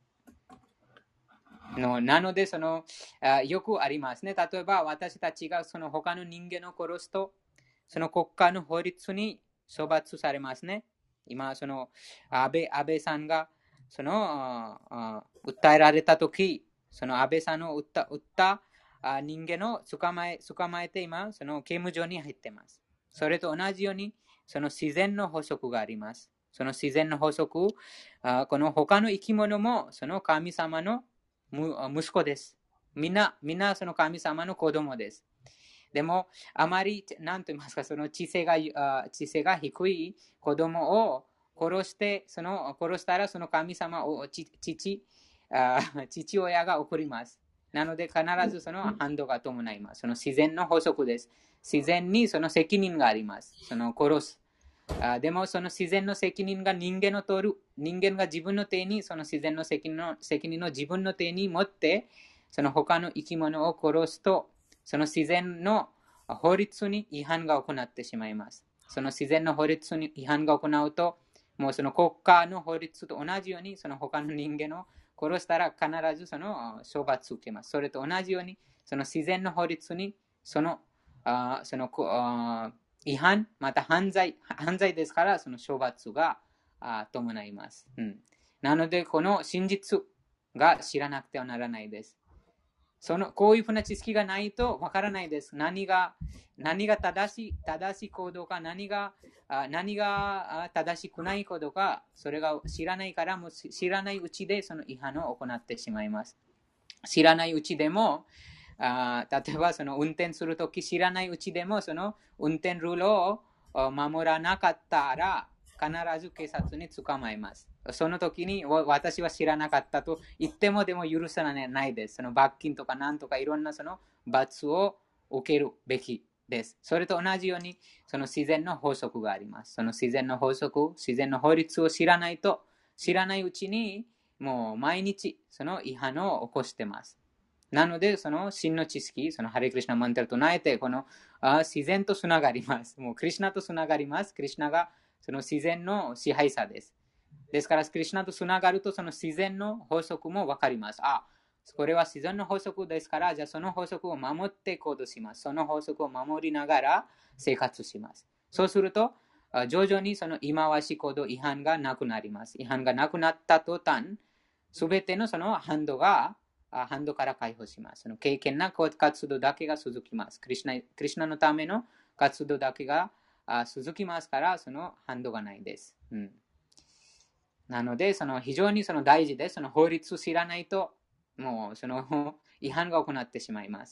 A: のなのでそのあ、よくありますね。例えば、私たちがその他の人間を殺すと、その国家の法律に処罰されますね。今、その安倍安倍さんがそのああ訴えられたとき、その安倍さんを撃った撃ったあ人間を捕まえ捕まえて今、その刑務所に入っています。それと同じように、その自然の法則があります。その自然の法則、あこの他の生き物もその神様の息子です。みんな、みんなその神様の子供です。でも、あまり、なんと言いますか、その知性が、知性が低い子供を殺して、その殺したらその神様を父、父親が怒ります。なので、必ずその反動が伴います。その自然の法則です。自然にその責任があります。その殺す。あでも、その自然の責任が人間を取る。人間が自分の手に、その自然の責任の責任を自分の手に持って、その他の生き物を殺すと、その自然の法律に違反が行ってしまいます。その自然の法律に違反が行うと、もうその国家の法律と同じように、その他の人間を殺したら必ずその処罰を受けます。それと同じように、その自然の法律にその、あそのあ違反、また犯罪、犯罪ですから、その処罰が伴います、うん。なので、この真実が知らなくてはならないです。そのこういうふうな知識がないとわからないです。何が何が正しい正しい行動か、何が何が正しくないことか、それが知らないから、もう知らないうちでその違反を行ってしまいます。知らないうちでも、あ例えばその運転するとき知らないうちでもその運転ルールを守らなかったら必ず警察に捕まえます。その時に私は知らなかったと言ってもでも許さないです。その罰金とかなんとかいろんなその罰を受けるべきです。それと同じようにその自然の法則があります。その自然の法則、自然の法律を知らないと、知らないうちにもう毎日その違反を起こしています。なので、その真の知識、そのハレクリシュナマンタルと唱えて、このあ自然とつながります。もうクリシュナとつながります。クリシュナがその自然の支配者です。 ですから、クリシュナとつながると、その自然の法則もわかります。あ、これは自然の法則ですから、じゃあその法則を守って行動します。その法則を守りながら生活します。そうすると、徐々にその忌まわしい行動、違反がなくなります。違反がなくなった途端、すべてのその反動が、反動から解放します。その経験な活動だけが続きます。クリシュナ、クリシュナのための活動だけが続きますから、その反動がないです。うん、なので、その非常にその大事で、その法律を知らないと、もうその違反が行ってしまいます。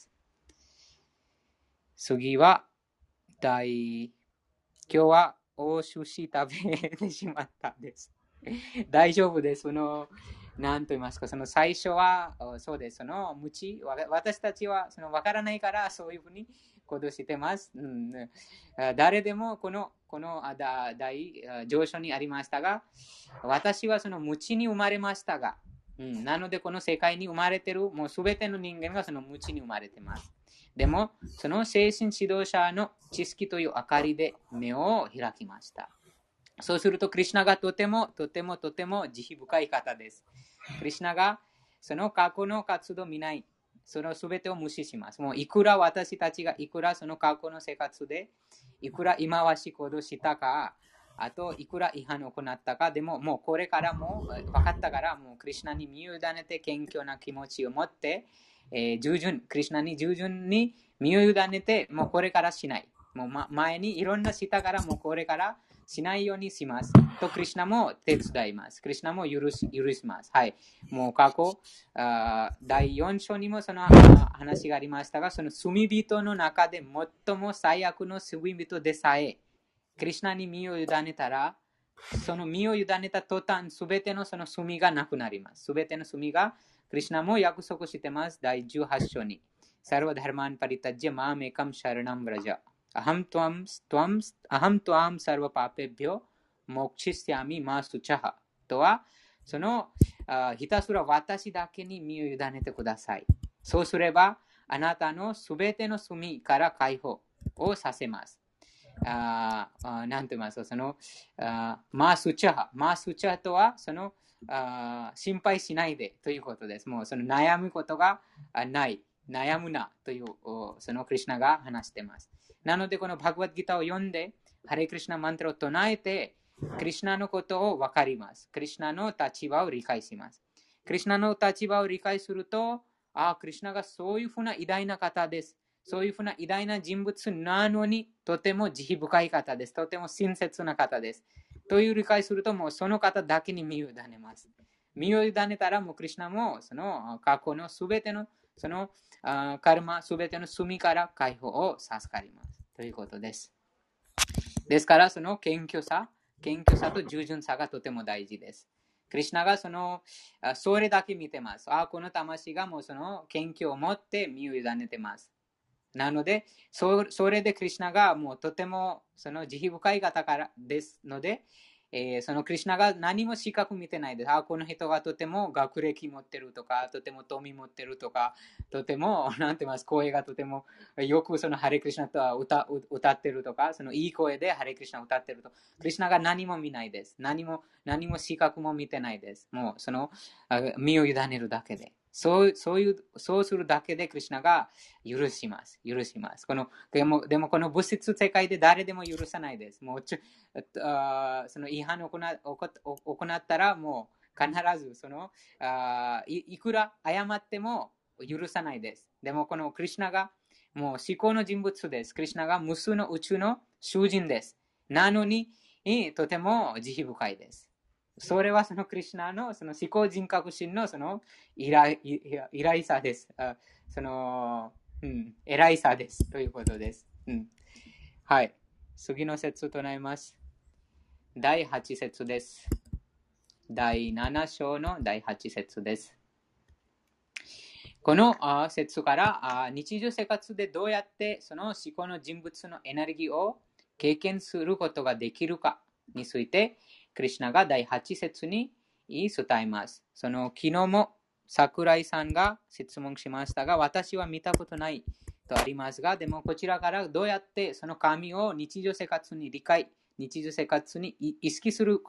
A: 次は、第、今日はお寿司食べてしまったです。大丈夫です。その、何と言いますか、その最初は、そうです。その無知、私たちはその分からないからそういうふうに行動してます。うん、誰でもこの、この大上書にありましたが、私はその無知に生まれましたが、うん、なのでこの世界に生まれている、もうすべての人間がその無知に生まれています。でも、その精神指導者の知識という明かりで目を開きました。そうすると、クリシュナがとても、とても、とても慈悲深い方です。クリシュナがその過去の活動を見ない、そのすべてを無視します。もういくら私たちがいくらその過去の生活で、いくら忌まわしい行動したか、あといくら違反を行ったか、でももうこれからも分かったから、もうクリシュナに身を委ねて謙虚な気持ちを持って、えー、従順、クリシュナに従順に身を委ねて、もうこれからしない。もう、ま、前にいろんなしたから、もうこれからしないようにします。と、クリシュナも手伝います。クリシュナも許し、許します。はい。もう過去、あだいよん章にもその話がありましたが、その罪人の中で最も最悪の罪人でさえ、クリシュナに身を委ねたら、その身を委ねた途端、すべてのその罪がなくなります。すべての罪が、クリシュナも約束してます。だいじゅうはち章に。サルヴァダルマンパリタジャマーメカムシャラナムブラジャ。アハムトアム、トアム、アハムトアムサルヴァパペビョ、モクチスヤミマスチャハ。とは、そのひたすら私だけに身を委ねてください。そうすれば、あなたのすべての罪から解放をさせます。ああなんと言いますか、その、あマースチャハ。マースチャハとは、その、あ心配しないでということです。もうその悩むことがない。悩むなという、そのクリシュナが話しています。なので、このバグワッドギターを読んで、ハレクリシュナマントラを唱えて、クリシュナのことを分かります。クリシュナの立場を理解します。クリシュナの立場を理解すると、ああ、クリシュナがそういうふうな偉大な方です。そういうふうな偉大な人物なのに、とても慈悲深い方です。とても親切な方です。という理解すると、もうその方だけに身を委ねます。身を委ねたら、もうクリシュナもその過去のすべてのそのカルマ、すべての罪から解放を授かります。ということです。ですから、その謙虚さ、謙虚さと従順さがとても大事です。クリシュナがその、それだけ見てます。あ、この魂がもうその謙虚を持って身を委ねてます。なので、それでクリシュナがもうとてもその慈悲深い方からですので、えー、そのクリシュナが何も資格見てないです。あ、この人がとても学歴持ってるとか、とても富持ってるとか、とても、なんて言います、声がとてもよくそのハレクリシュナとは 歌, 歌ってるとか、そのいい声でハレクリシュナを歌ってると、クリシュナが何も見ないです。何も、何も資格も見てないです。もうその身を委ねるだけで。そう、そういう、そうするだけでクリシュナが許します。許します。この、でも、でもこの物質世界で誰でも許さないです。もうちょ、あその違反を行ったらもう必ずそのあ い, いくら謝っても許さないです。でもこのクリシュナがもう思考の人物です。クリシュナが無数の宇宙の囚人です。なのにとても慈悲深いです。それはそのクリシュナのその思考人格心のその偉いさです。あその、うん、偉いさですということです。うん、はい。次の節となります。だいはち節です。だいなな章のだいはち節です。この節から日常生活でどうやってその思考の人物のエネルギーを経験することができるかについて、クリシュナがだいはち節に伝えます。その昨日も桜井さんが質問しましたが、私は見たことないとありますが、でもこちらからどうやってその神を日常生活に理解、日常生活に意識するか、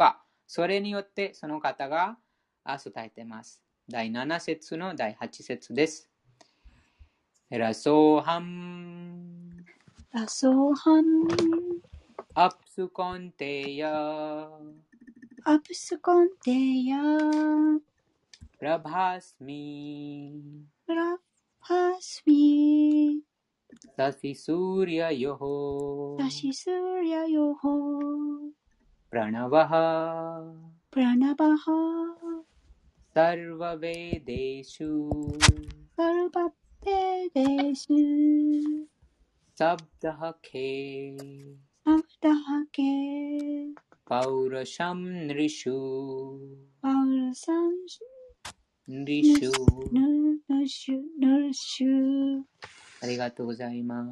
A: それによってその方が伝えています。だいなな節のだいはち節です。ラソーハン
B: ラソーハン
A: アプスコンテヤ
B: アプスコンテヤ
A: プラバスミ
B: プラハスミ
A: サシスーリアヨホ
B: サシスーリアヨホ
A: プラナバハ
B: プラナバハ
A: サルバベデシュ
B: サルバペデシュ
A: サブダハケ
B: サブダハケ
A: パウラシャムンリシュ
B: パウルサン
A: リシュ
B: ヌルシュヌルシュ
A: ありがとうございます。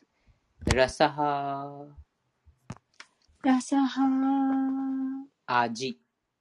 A: ラサハ
B: ラサハ
A: 味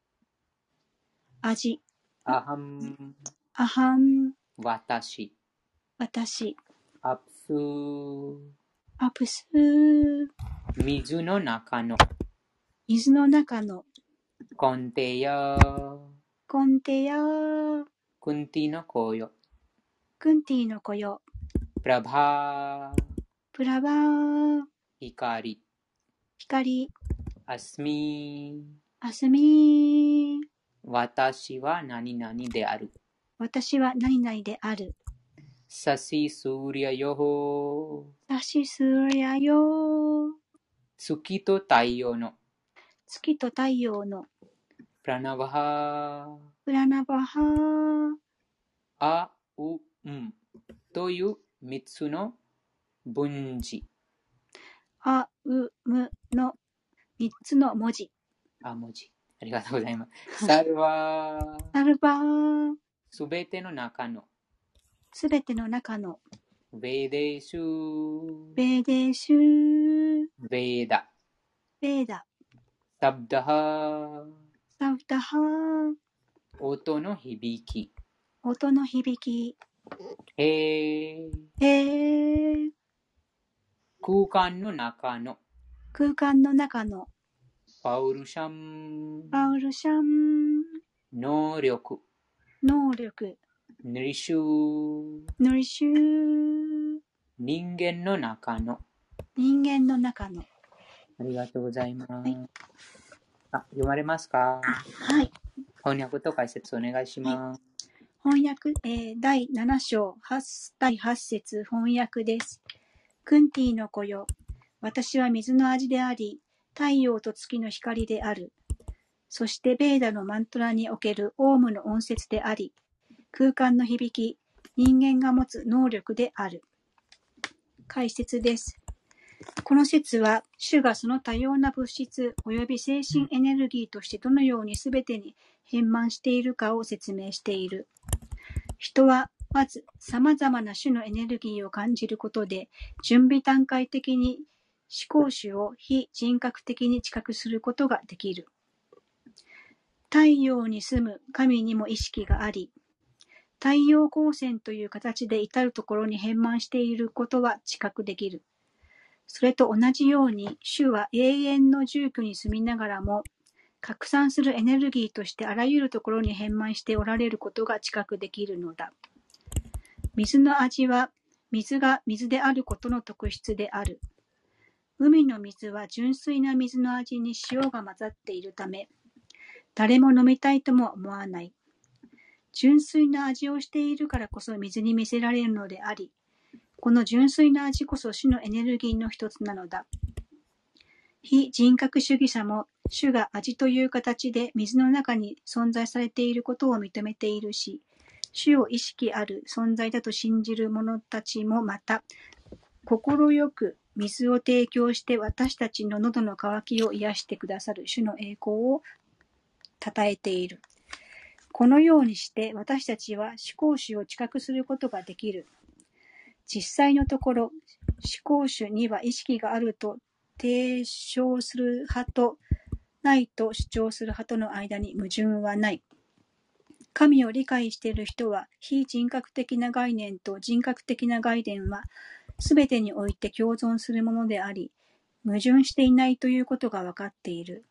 B: 味
A: アハン
B: アハン
A: 私
B: 私
A: アプス
B: アプス
A: 水の中の
B: 水の中の
A: コンテヤ
B: コンテヤ
A: クンティの子よ
B: クンティの子よ
A: プラバ
B: プラバー
A: 光
B: 光
A: アスミ
B: アスミ
A: 私は何々である
B: 私は何々である
A: サシスーリアヨホ
B: サシスリアヨ
A: 月と太陽の
B: 月と太陽の
A: プラナバハ
B: プラナバハ
A: アウンという三つの文字
B: あうむの三つの文字
A: あ文字ありがとうございます。サルバ
B: サルバー
A: すべての中の
B: すべての中の
A: ベーデシュ
B: ベーデシュ
A: ベーダ
B: ベーダ
A: サブダハ
B: サブダハ
A: 音の響き
B: 音の響き
A: へー
B: へー
A: 空間の中の
B: 空間の中の
A: パウルシャン
B: パウルシャン
A: 能力
B: 能力
A: ヌリシュ
B: ノリシュ
A: 人間の中の
B: 人間の中の
A: ありがとうございます、
B: はい、
A: あ読まれますか。
B: はい。
A: 翻訳と解説お願いします、
B: はい、翻訳、えー、だいなな章だいはち節翻訳です。クンティの子よ、私は水の味であり、太陽と月の光である。そしてベーダのマントラにおけるオウムの音節であり、空間の響き、人間が持つ能力である。解説です。この説は、主がその多様な物質及び精神エネルギーとしてどのようにすべてに変満しているかを説明している。人は、まず、様々な種のエネルギーを感じることで、準備段階的に思考主を非人格的に知覚することができる。太陽に住む神にも意識があり、太陽光線という形で至るところに変満していることは知覚できる。それと同じように、主は永遠の住居に住みながらも、拡散するエネルギーとしてあらゆるところに変満しておられることが知覚できるのだ。水の味は、水が水であることの特質である。海の水は純粋な水の味に塩が混ざっているため、誰も飲みたいとも思わない。純粋な味をしているからこそ水に見せられるのであり、この純粋な味こそ主のエネルギーの一つなのだ。非人格主義者も主が味という形で水の中に存在されていることを認めているし、主を意識ある存在だと信じる者たちもまた、心よく水を提供して私たちの喉の渇きを癒してくださる主の栄光を称えている。このようにして私たちは思考主を知覚することができる。実際のところ、思考主には意識があると提唱する派とないと主張する派との間に矛盾はない。神を理解している人は、非人格的な概念と人格的な概念は、すべてにおいて共存するものであり、矛盾していないということが分かっている。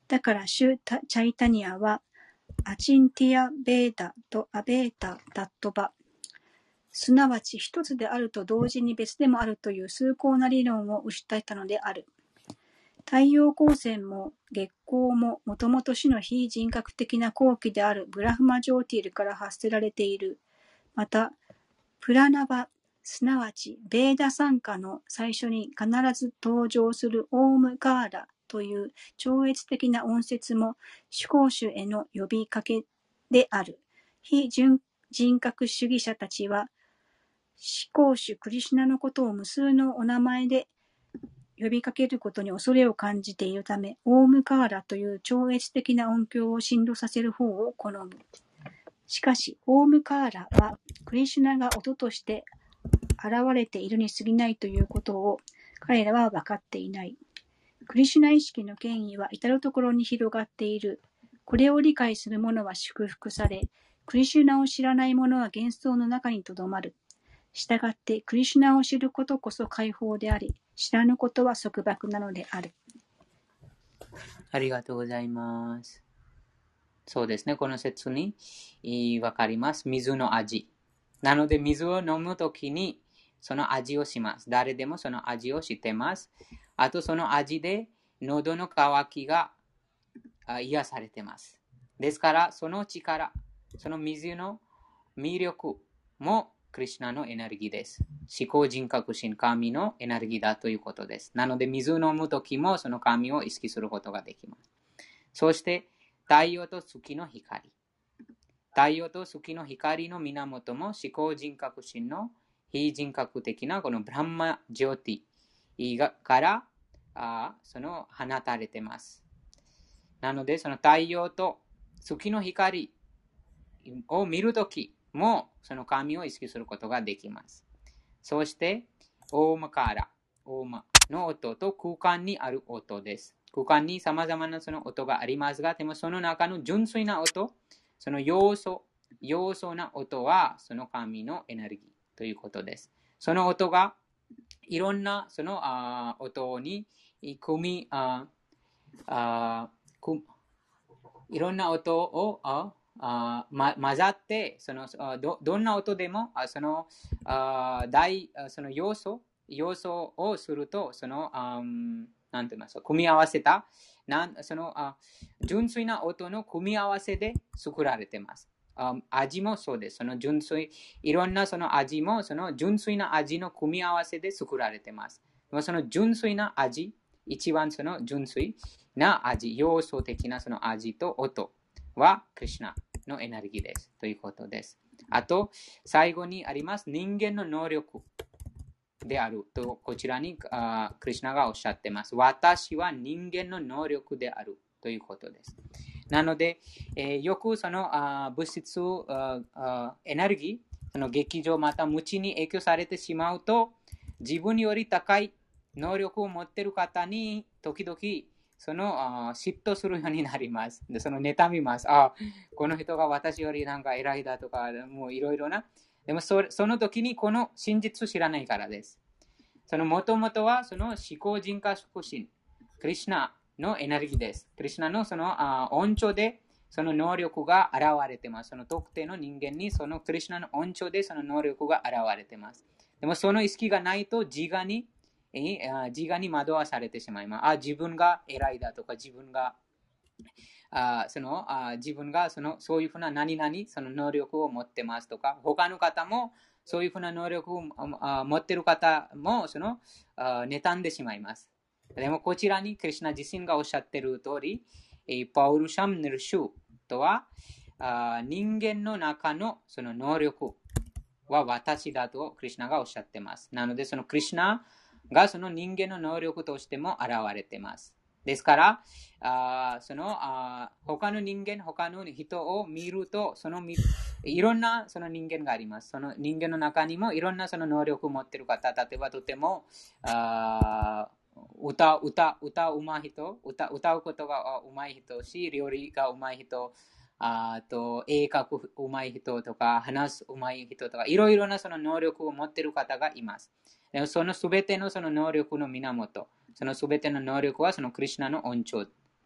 B: だからシュ・チャイタニアはアチンティア・ベーダとアベータ・ダットバ、すなわち一つであると同時に別でもあるという崇高な理論を打ち立てたのである。太陽光線も月光ももともと種の非人格的な後期であるブラフマジョーティルから発せられている。また、プラナバ、すなわちベーダ参加の最初に必ず登場するオームガーラという超越的な音節も思考主への呼びかけである。非人格主義者たちは思考主クリシュナのことを無数のお名前で呼びかけることに恐れを感じているため、オームカーラという超越的な音響を振動させる方を好む。しかし、オームカーラはクリシュナが音として現れているに過ぎないということを彼らは分かっていない。クリシュナ意識の権威は至るところに広がっている。これを理解する者は祝福され、クリシュナを知らない者は幻想の中にとどまる。したがって、クリシュナを知ることこそ解放であり、知らぬことは束縛なのである。
A: ありがとうございます。そうですね、この説にわかります。水の味。なので、水を飲むときにその味をします。誰でもその味を知ってます。あと、その味で喉の渇きが癒されてます。ですから、その力、その水の魅力もクリシュナのエネルギーです。思考人格心神のエネルギーだということです。なので、水を飲むときもその神を意識することができます。そして、太陽と月の光。太陽と月の光の源も思考人格心の非人格的なこのブランマジョーティからあその放たれています。なので、その太陽と月の光を見るときもその神を意識することができます。そして、オーマカーラ、オーマの音と空間にある音です。空間に様々なその音がありますが、でもその中の純粋な音、その要素、要素な音はその神のエネルギーということです。その音がいろんなそのあ音に組みああいろんな音をああ、ま、混ざってその ど, どんな音でもそのあ大その要素要素をするとそのあなんて言いますか組み合わせたなんそのあ純粋な音の組み合わせで作られています。あ味もそうです。その純粋いろんなその味もその純粋な味の組み合わせで作られています。その純粋な味一番その純粋な味要素的なその味と音はクリシュナのエネルギーですということです。あと最後にあります人間の能力であるとこちらにあクリシュナがおっしゃっています。私は人間の能力であるということです。なので、えー、よくそのあ物質ああエネルギーその劇場また無知に影響されてしまうと自分より高い能力を持っている方に時々その嫉妬するようになります。で、その妬みます。あ、この人が私よりなんか偉いだとか、もういろいろな。でもそ、その時にこの真実を知らないからです。そのもともとはその思考人格心、クリシュナのエネルギーです。クリシュナのそのあ音調でその能力が現れています。その特定の人間にそのクリシュナの音調でその能力が現れています。でもその意識がないと自我に自我に惑わされてしまいます。あ、自分が偉いだとか、自分が、あそのあ自分がそのそういうふうな何々その能力を持ってますとか、他の方もそういうふうな能力をあ持っている方もそのあ妬んでしまいます。でもこちらにクリシュナ自身がおっしゃっている通り、パウルシャムニルシュとはあ人間の中のその能力は私だとクリシュナがおっしゃっています。なのでそのクリシュナがその人間の能力としても現れています。ですから、あそのあ他の人間、他の人を見ると、そのいろんなその人間があります。その人間の中にもいろんなその能力を持っている方、例えばとてもあ歌、歌、歌うまい人、歌、歌うことがうまい人し、料理がうまい人、あと絵描くうまい人とか、話すうまい人とか、いろいろなその能力を持っている方がいます。そのすべてのその能力の源、そのすべての能力はそのクリシュナの音調です。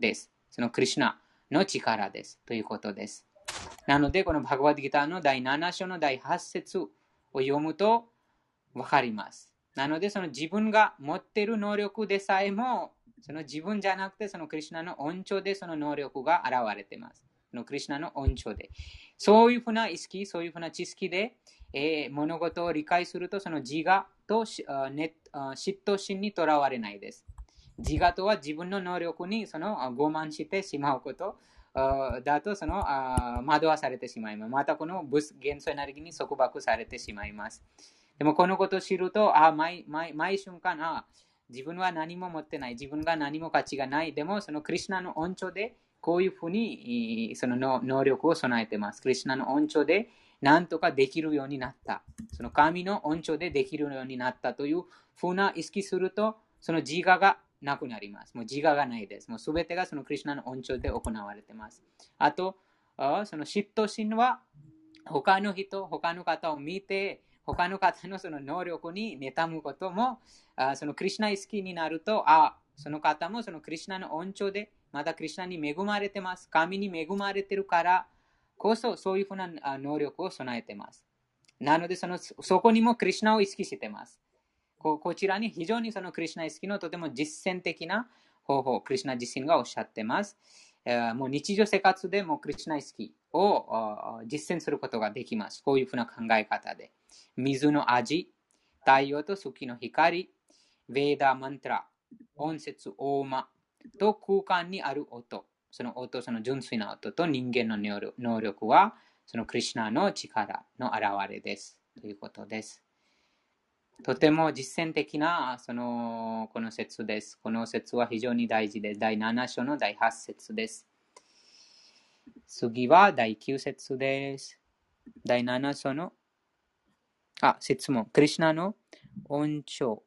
A: そのクリシュナの力です。ということです。なので、このバガバッドギターのだいなな章のだいはち節を読むとわかります。なので、その自分が持っている能力でさえも、その自分じゃなくて、そのクリシュナの恩寵でその能力が現れています。そのクリシュナの恩寵で。そういうふうな意識、そういうふうな知識で、えー、物事を理解すると、その自我と嫉妬心にとらわれないです。自我とは自分の能力にその傲慢してしまうことだと、その惑わされてしまいます。またこの物元素エネルギーに束縛されてしまいます。でもこのことを知ると、あ 毎, 毎, 毎瞬間あ、自分は何も持ってない、自分が何も価値がない。でもそのクリシュナの恩寵でこういうふうにその能力を備えています。クリシュナの恩寵で何とかできるようになった。その神の恩寵でできるようになったというふうな意識すると、その自我がなくなります。もう自我がないです。もうすべてがそのクリシュナの恩寵で行われています。あと、その嫉妬心は他の人、他の方を見て、他の方のその能力に妬むことも、あそのクリシュナ意識になると、あその方もそのクリシュナの恩寵で、またクリシュナに恵まれてます。神に恵まれてるからこそ、そういうふうな能力を備えています。なのでその、そこにもクリシュナを意識しています。こ, こちらに非常にそのクリシュナ意識のとても実践的な方法、クリシュナ自身がおっしゃっています。もう日常生活でもクリシュナ意識を実践することができます。こういうふうな考え方で。水の味、太陽と月の光、ヴェーダマントラ、音節、オーマと空間にある音。その音、その純粋な音と人間の能力は、そのクリシュナの力の表れです。ということです。とても実践的なそのこの説です。この説は非常に大事です。だいなな章のだいはち節です。次はだいきゅう節です。だいなな章のあ、質問。クリシュナの恩寵。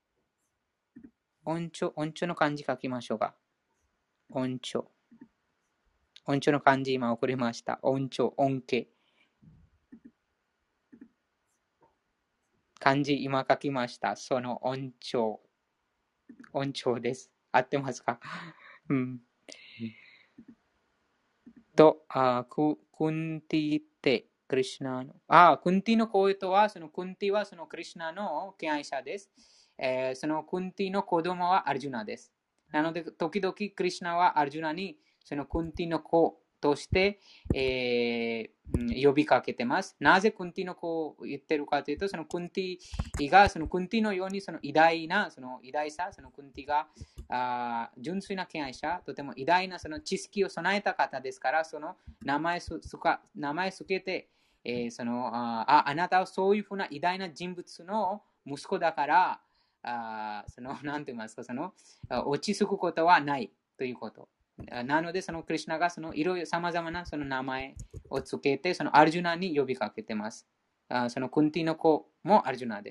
A: 恩寵、恩寵の漢字書きましょうか。恩寵。恩寵の漢字今送りました。恩寵、恩恵。漢字今書きました。その恩寵。恩寵です。合ってますか？うん。と、あク、クンティってクリシュナの。あ、クンティの声とは、そのクンティはそのクリシュナの敬愛者です。えー、そのクンティの子供はアルジュナです。なので、時々クリシュナはアルジュナにそのクンティの子として、えー、呼びかけてます。なぜクンティの子を言ってるかというと、そのクンティがそのクンティのようにその偉大な、その偉大さ、そのクンティがあ純粋な敬愛者、とても偉大なその知識を備えた方ですから、その名前すか名前つけて、えー、そのああなたはそういうふうな偉大な人物の息子だから、あその何て言いますか、その落ち着くことはないということ。なので、そのクリシュナがそのいろいろ様々なその名前をつけて、そのアルジュナに呼びかけています。あそのクンティの子もアルジュナです。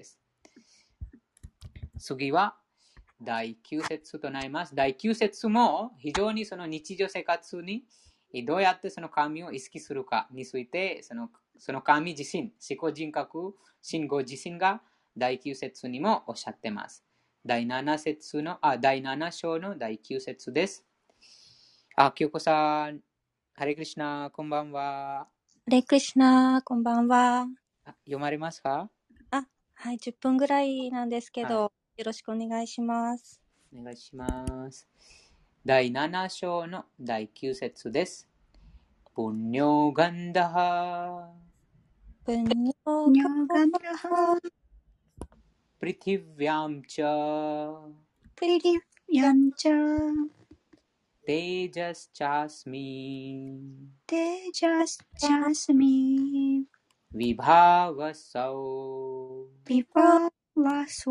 A: 次はだいきゅう節となります。だいきゅう節も非常にその日常生活にどうやってその神を意識するかについて、そのその神自身、思考人格、信号自身がだいきゅう節にもおっしゃっています。だいなな節の、あ、だいなな章のだいきゅう節です。あ、清子さん、ハレクリシナ、こんばんは。
E: ハレクリシナ、こんばんは。
A: 読まれますか？
E: あ、はい、じゅっぷんぐらいなんですけど、はい、よろしくお願いします。
A: お願いします。だいなな章のだいきゅう節です。プンニョガンダハ
E: プンニョガンダハ
A: プリティヴィアムチャ
B: プリティヴィアムチャ
A: テージャスチャスミ
B: テージャスチャスミ
A: ヴィバーワサオ
B: ヴィバーワソ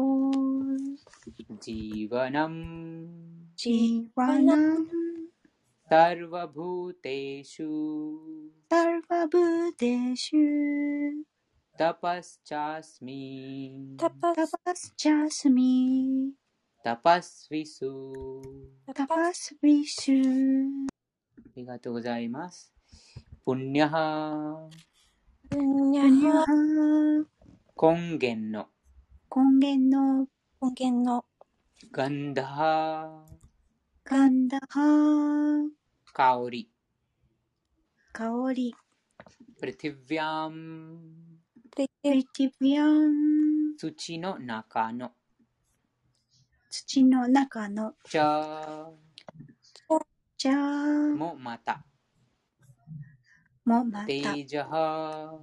A: ジーヴァナム
B: ジーヴァナム
A: サルヴァブーテシュ
B: サルヴァブーテシュ
A: タパスチャスミ
E: タパ
B: スチャスミ
A: タパスヴィス
B: タパスヴィス
A: ありがとうございます。プンニャハ
E: プンニャハ
A: 根源の
B: 根源の
E: 根源の
A: ガンダハ
B: ガンダハ
A: 香り。
B: 香り。
A: プリティヴィアン。
E: プリ
B: プリティビアン。
A: 土の中の。
B: 土の中の。
A: チャ
B: じゃー
A: もまた。
B: もまた。
A: テージャハ。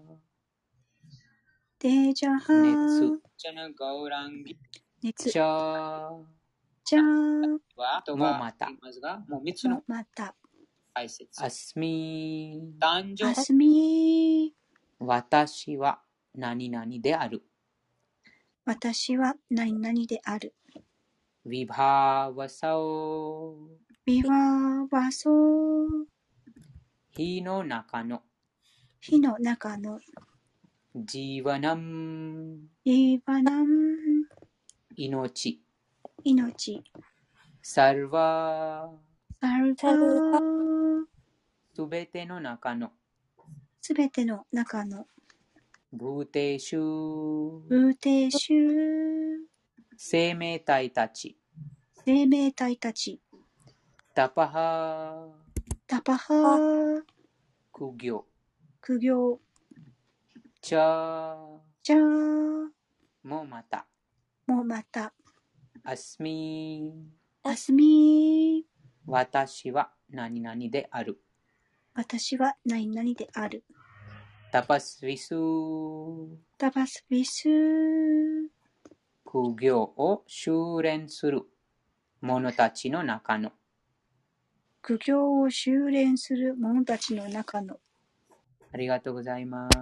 B: デジャハ
A: 熱。
B: ー。
A: チャナガウランギ。
B: 熱。
A: チャ
B: じゃー
A: もまた。
B: もまた。
A: アスミー。
B: アスミー。
A: 私は何々である。
B: 私は何々である。
A: ヴィバーワサオ。
B: ビワーワソー。
A: 火の中の。
B: 火の中の。
A: ジーワナム。
B: イバナム。
A: 命。
B: 命。
A: サルバ
B: サルバー。
A: すべての中の。
B: すべての中の。
A: ブーテーシュ。
B: ブーテーシュ。
A: 生命体たち。
B: 生命体たち。
A: タパハ。
B: タパハー。
A: 苦行。
B: 苦行。
A: チャー。
B: じゃー
A: もまた。
B: もまた。
A: アスミー。
B: アスミー。
A: 私は何々である。
B: 私は何々である。
A: タパスビスー。
B: タパスビスー。
A: 苦行を修練する者たちの中の。
B: 苦行を修練する者たちの中の。
A: ありがとうございます。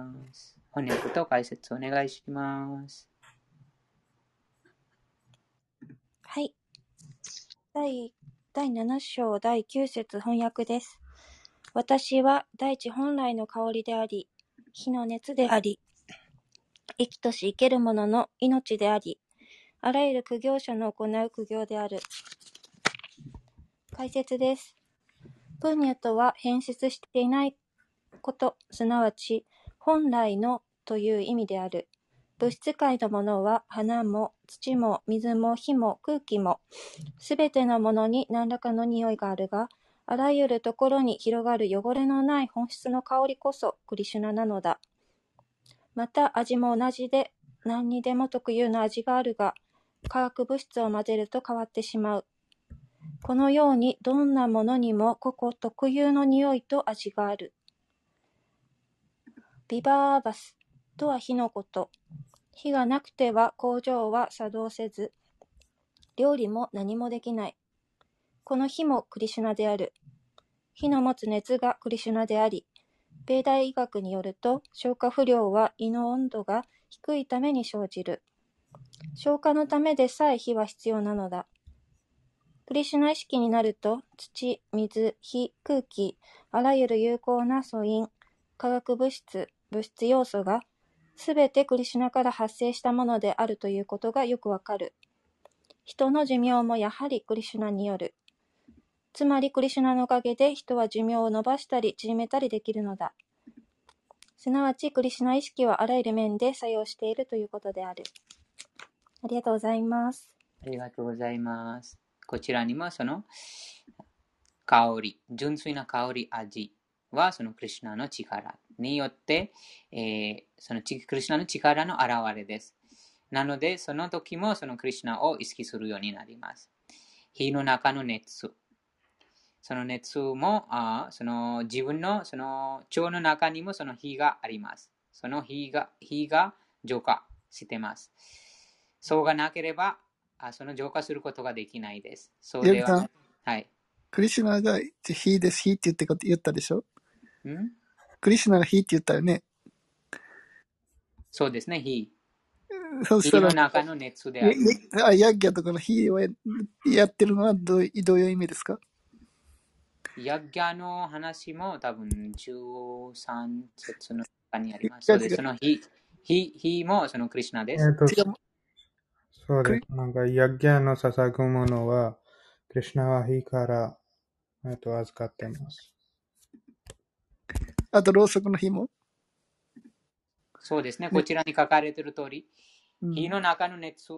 A: 翻訳と解説お願いします。
E: はい。第、第なな章だいきゅう節翻訳です。私は大地本来の香りであり、火の熱であり、生きとし生けるものの命であり、あらゆる苦行者の行う苦行である。解説です。プーニャとは変質していないこと、すなわち本来のという意味である。物質界のものは花も土も水も火も空気もすべてのものに何らかの匂いがあるが、あらゆるところに広がる汚れのない本質の香りこそクリシュナなのだ。また味も同じで何にでも特有の味があるが、化学物質を混ぜると変わってしまう。このようにどんなものにも個々特有の匂いと味がある。ビバーバスとは火のこと。火がなくては工場は作動せず、料理も何もできない。この火もクリシュナである。火の持つ熱がクリシュナであり、ベーダ医学によると、消化不良は胃の温度が低いために生じる。消化のためでさえ火は必要なのだ。クリシュナ意識になると、土、水、火、空気、あらゆる有効な素因、化学物質、物質要素が、すべてクリシュナから発生したものであるということがよくわかる。人の寿命もやはりクリシュナによる。つまりクリシュナのおかげで人は寿命を伸ばしたり縮めたりできるのだ。すなわちクリシュナ意識はあらゆる面で作用しているということである。ありがとうございます。
A: ありがとうございます。こちらにもその香り、純粋な香り、味はそのクリシュナの力によって、えー、そのクリシュナの力の現れです。なので、その時もそのクリシュナを意識するようになります。火の中の熱。その熱も、あその自分のその腸の中にもその火があります。その火が、火が浄化してます。そうがなければ、あその浄化することができないです。そうでは、はい。
D: クリシュナが火です、火って言って言ったでしょ？んクリシュナが火って言ったよね。
A: そうですね、火。
D: そうしたら
A: 火の中の熱である。
D: あ、ヤッギャとかの火をやってるのはどういう、どういう意味ですか？
A: ヤッギャの話も多分じゅうさん節の中にあります。そうです。その火、火、火もそのクリシュナです。
F: えっと、そうです。なんか、ヤッギャの捧ぐものは、クリシュナは火から、えっと、預かっています。
D: あと、ろうそくの火も
A: そうですね。こちらに書かれている通り、
D: うん、
A: 火の中の熱。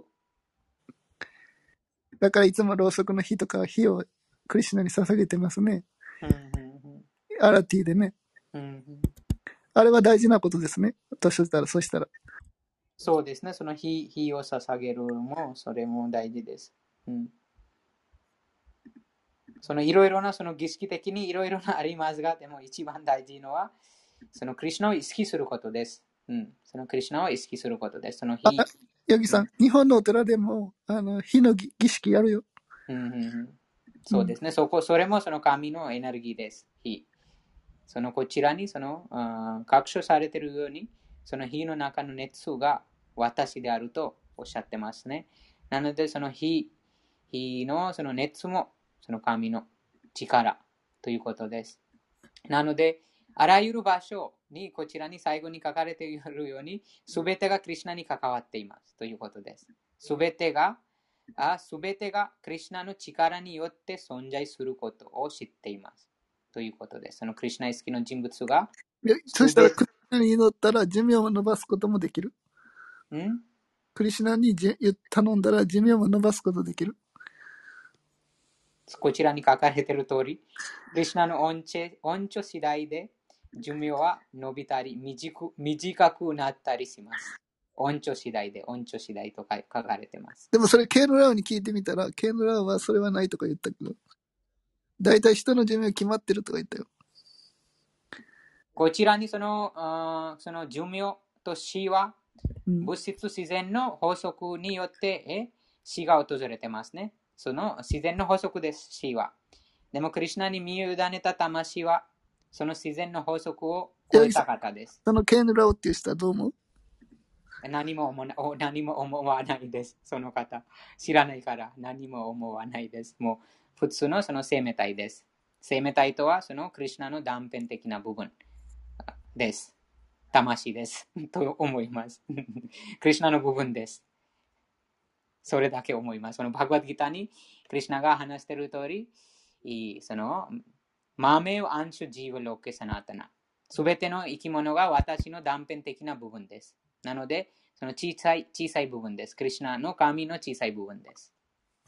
D: だからいつもろうそくの火とか火をクリシュナに捧げてますね。
A: うんうん、
D: アラティでね。
A: うん、
D: あれは大事なことですね。としたら、そしたら。
A: そうですね。その火、火を捧げるのも、それも大事です。うん、そのいろいろな、その儀式的にいろいろなありますが、でも一番大事のは、そのクリシュナを意識することです。うん、そのクリシュナを意識することです。その
D: あ、
A: 火、
D: ヨギさん、
A: うん、
D: 日本のお寺でも、あの、火の儀儀式やるよ。
A: うんうんうん、そうですね。そこ、それもその神のエネルギーです。火。そのこちらにそのあ確証されているように、その火の中の熱が私であるとおっしゃってますね。なので、その火、火のその熱もその神の力ということです。なので、あらゆる場所にこちらに最後に書かれているように、すべてがクリシュナに関わっていますということです。すべてが、すべてがクリシュナの力によって存在することを知っていますということです。そのクリシュナ意識の人物が、
D: そしたら、クリシュナに祈ったら寿命を伸ばすこともできる。
A: ん
D: クリシュナに頼んだら寿命も伸ばすことできる。
A: こちらに書かれている通り、クリシュナの恩恵、恩寵次第で寿命は伸びたり短く、短くなったりします。恩寵次第で、恩寵次第と書かれています。
D: でもそれ、ケーノラウに聞いてみたら、ケーノラウはそれはないとか言ったけど、だいたい人の寿命決まってるとか言ったよ。
A: こちらにその、あその寿命と死は、物質自然の法則によってえ死が訪れてますね。その自然の法則です、死は。でも、クリシュナに身を委ねた魂は、その自然の法則を超えた方です。
D: そのケーヌラオっていう人はどう思う？
A: 何も思わ何も思わないです。その方。知らないから何も思わないです。もう普通のその生命体です。生命体とはそのクリシュナの断片的な部分です。魂です。と思います。クリシュナの部分です。それだけ思います。そのバグワッドギターにクリシュナが話している通り、そのマメウアンシュジーヴロケサナタナ。すべての生き物が私の断片的な部分です。なので、その小さい小さい部分です。クリシュナの神の小さい部分です。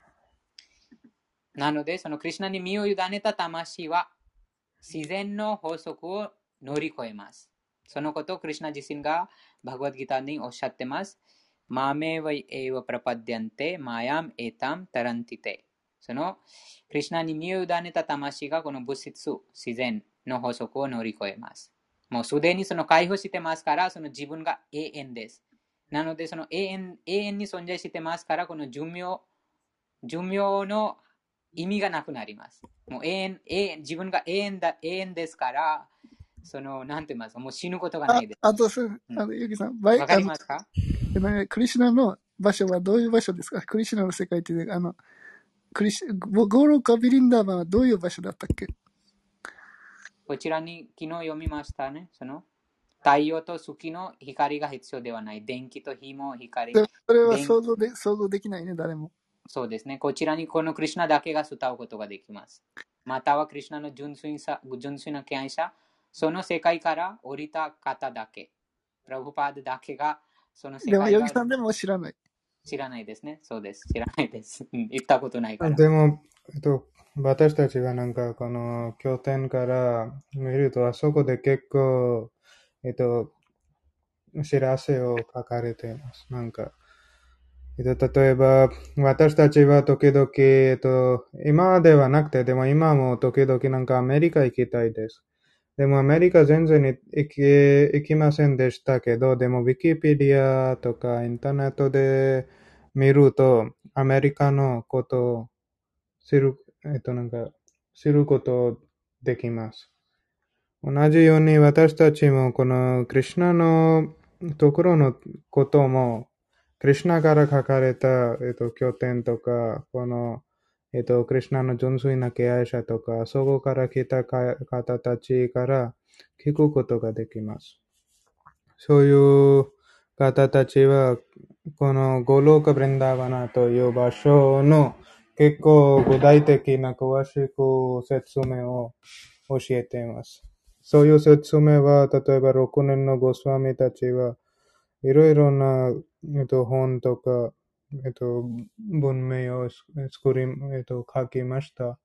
A: なので、そのクリシュナに身を委ねた魂は自然の法則を乗り越えます。そのことをクリシュナ自身がバグワッドギターにおっしゃってます。マメワイエワプラパディアンテマヤムエタムタランティテ。そのクリシュナに身を委ねた魂がこの物質、自然の法則を乗り越えます。もうすでにその解放してますから、その自分が永遠です。なので、その永遠、永遠に存在してますから、この寿命、寿命の意味がなくなります。もう永遠、永遠、自分が永遠だ、永遠ですから、その、なんて言いますか、もう死ぬことがないです。
D: あ, あとす、あの、ゆきさん、
A: わかりますか？
D: クリシュナの場所はどういう場所ですか？クリシュナの世界って、あの、クリシゴーロカビリンダーバンはどういう場所だったっけ？
A: こちらに昨日読みましたね。その太陽と月の光が必要ではない。電気と火も光。
D: でもそれは想像で想像できないね、誰も。
A: そうですね。こちらにこのクリシュナだけが伝うことができます。またはクリシュナの純粋さ、純粋な敬愛者、その世界から降りた方だけ。プラブパードだけがその世界が。
D: でも、ヨギさんでも知らない。
A: 知らないですね。そうです。知らないです。言ったことないから。
F: でも、えっと、私たちがなんかこの経典から見ると、あそこで結構、えっと、知らせを書かれています。なんか、えっと、例えば、私たちは時々、えっと、今ではなくて、でも今も時々なんかアメリカ行きたいです。でもアメリカ全然行き、行きませんでしたけど、でもウィキペディアとかインターネットで見ると、アメリカのことを知る、えっとなんか、知ることできます。同じように私たちもこのクリシュナのところのことも、クリシュナから書かれた、えっと、経典とか、この、えっと、クリシュナの純粋な敬愛者とか、そこから来た方たちから聞くことができます。そういう方たちは、このゴローカ・ブリンダーバナという場所の結構具体的な詳しく説明を教えています。そういう説明は、例えばろくねんのゴスワミたちはいろいろな、えっと、本とか、えっと、文明を作り、えっと、書きました。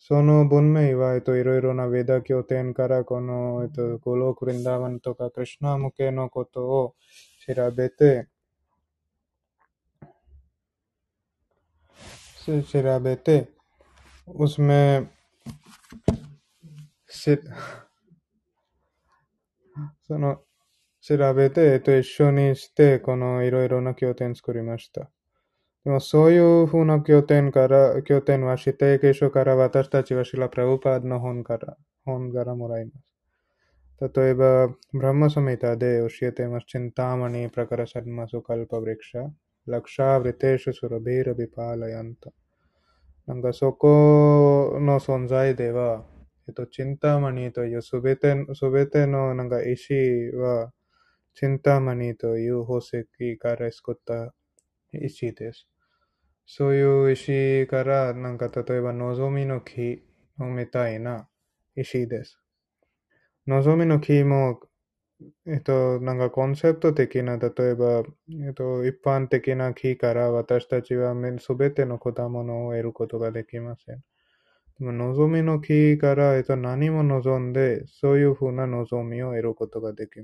F: その文明は、えっと、いろいろなヴェダ経典から、この、えっと、ゴローク・ヴリンダーバンとか、クリシュナ向けのことを調べて、調べて、उसमेंしその調べて、えっと、一緒にして、このいろいろな経典作りました。でもそういうふうな経典から、経典は指定継承から私たちはシラ・プラブパードの本から、本からもらいます。例えば、ブラマサミタで教えています。チンタマニ、プラカラサルマソカルパブリクシャ、ラクシャ、ブリテーシュ、スロビーラビパーラヤンタ。なんかそこの存在では、えっと、チンタマニというすべて、すべてのなんか石は、チンタマニという宝石から作った石です。そういう石から、なんか例えば望みの木みたいな石です。望みの木も、えっと、なんかコンセプト的な、例えば、えっと、一般的な木から私たちはすべての果物を得ることができません。でも望みの木から、えっと、何も望んで、そういうふうな望みを得ることができます。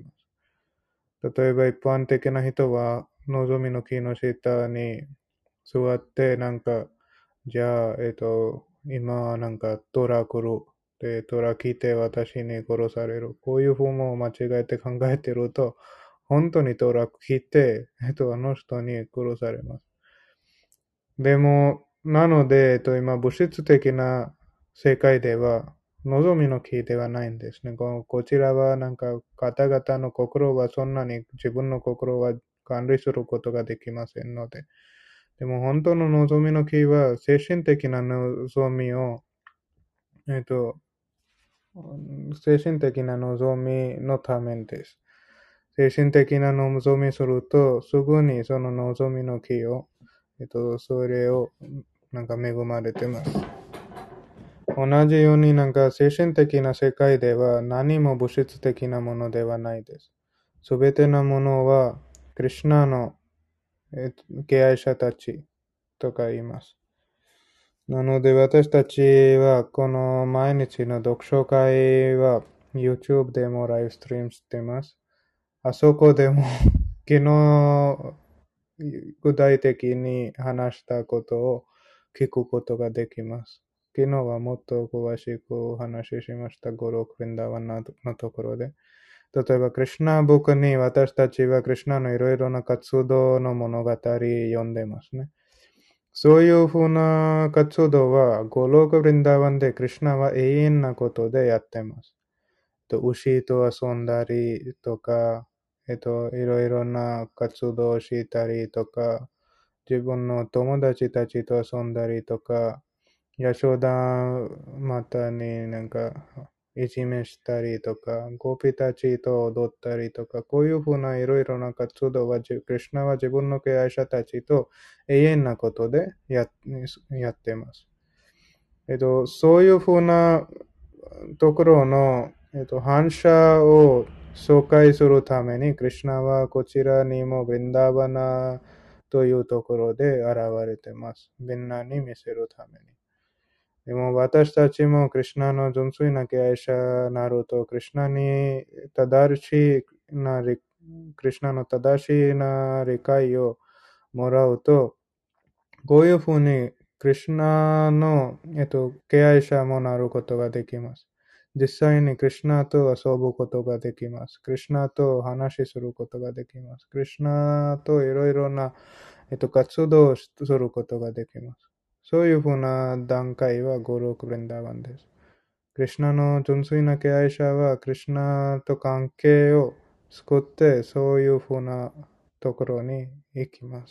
F: 例えば一般的な人は、望みの木の下に座って、なんか、じゃあ、えっと、今、なんか、トラ来る。で、トラ来て私に殺される。こういうふうも間違えて考えてると、本当にトラ来て、えっと、あの人に殺されます。でも、なので、えっと、今、物質的な世界では、望みの木ではないんですね。ここちらは、なんか、方々の心はそんなに自分の心は管理することができませんので。でも、本当の望みの木は、精神的な望みを、えっと、精神的な望みのためです。精神的な望みすると、すぐにその望みの木を、えっと、それを、なんか恵まれてます。同じようになんか精神的な世界では何も物質的なものではないです。すべてのものは、クリシュナの、えっと、敬愛者たちとか言います。なので私たちはこの毎日の読書会は YouTube でもライブストリームしてます。あそこでも昨日具体的に話したことを聞くことができます。昨日はもっと詳しくお話ししました。ゴローク・ヴリンダーバンのところで。例えば、クリシュナブックに私たちはクリシュナのいろいろな活動の物語を読んでますね。そういうふうな活動は、ゴローク・ヴリンダーバンでクリシュナは永遠なことでやってます。と牛と遊んだりとか、えっと、いろいろな活動をしたりとか、自分の友達たちと遊んだりとか、ヤショダマタになんかいじめしたりとか、ゴピたちと踊ったりとか、こういうふうないろいろな活動は、クリシュナは自分の敬愛者たちと永遠なことで や, やってます。えっと、そういうふうなところの、えっと、反射を紹介するために、クリシュナはこちらにもブリンダーバナというところで現れてます。みんなに見せるために。でも私たちもクリシュナの純粋な敬愛者になると、クリシュナに正しいな、クリシュナの正しいな理解をもらうと、こういうふうにクリシュナの、えっと、敬愛者もなることができます。実際にクリシュナと遊ぶことができます。クリシュナと話しすることができます。クリシュナといろいろな、えっと、活動をすることができます。そういうふうな段階はゴローク・ヴリンダーバンです。クリシュナの純粋な敬愛者はクリシュナと関係を作って、そういうふうなところに行きます。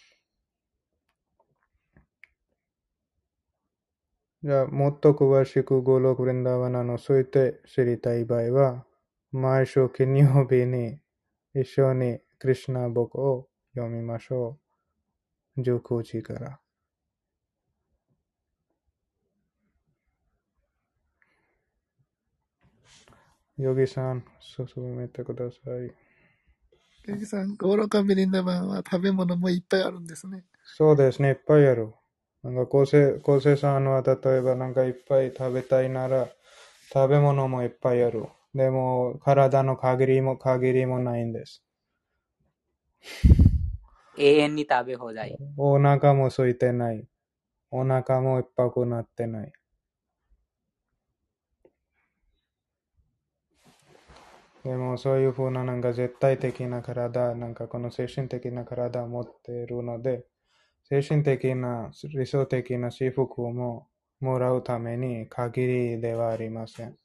F: じゃあ、もっと詳しくゴローク・ヴリンダーバナについて知りたい場合は、毎週金曜日に一緒にクリシュナブックを読みましょう。じゅうくじから。ヨギさん、進めてください。
D: ケイキさん、ゴーロカビリンダバンは食べ物もいっぱいあるんですね。
F: そうですね、いっぱいある。 なんか昴生、昴生さんは例えばなんかいっぱい食べたいなら食べ物もいっぱいある。でも体の限りも限りもないんです。
A: 永遠に食べ放題。
F: お腹も空いてない。お腹もいっぱくなってない。でもそういうふうななんか絶対的な体、なんかこの精神的な体を持っているので、精神的な理想的な幸福ももらうために限りではありません。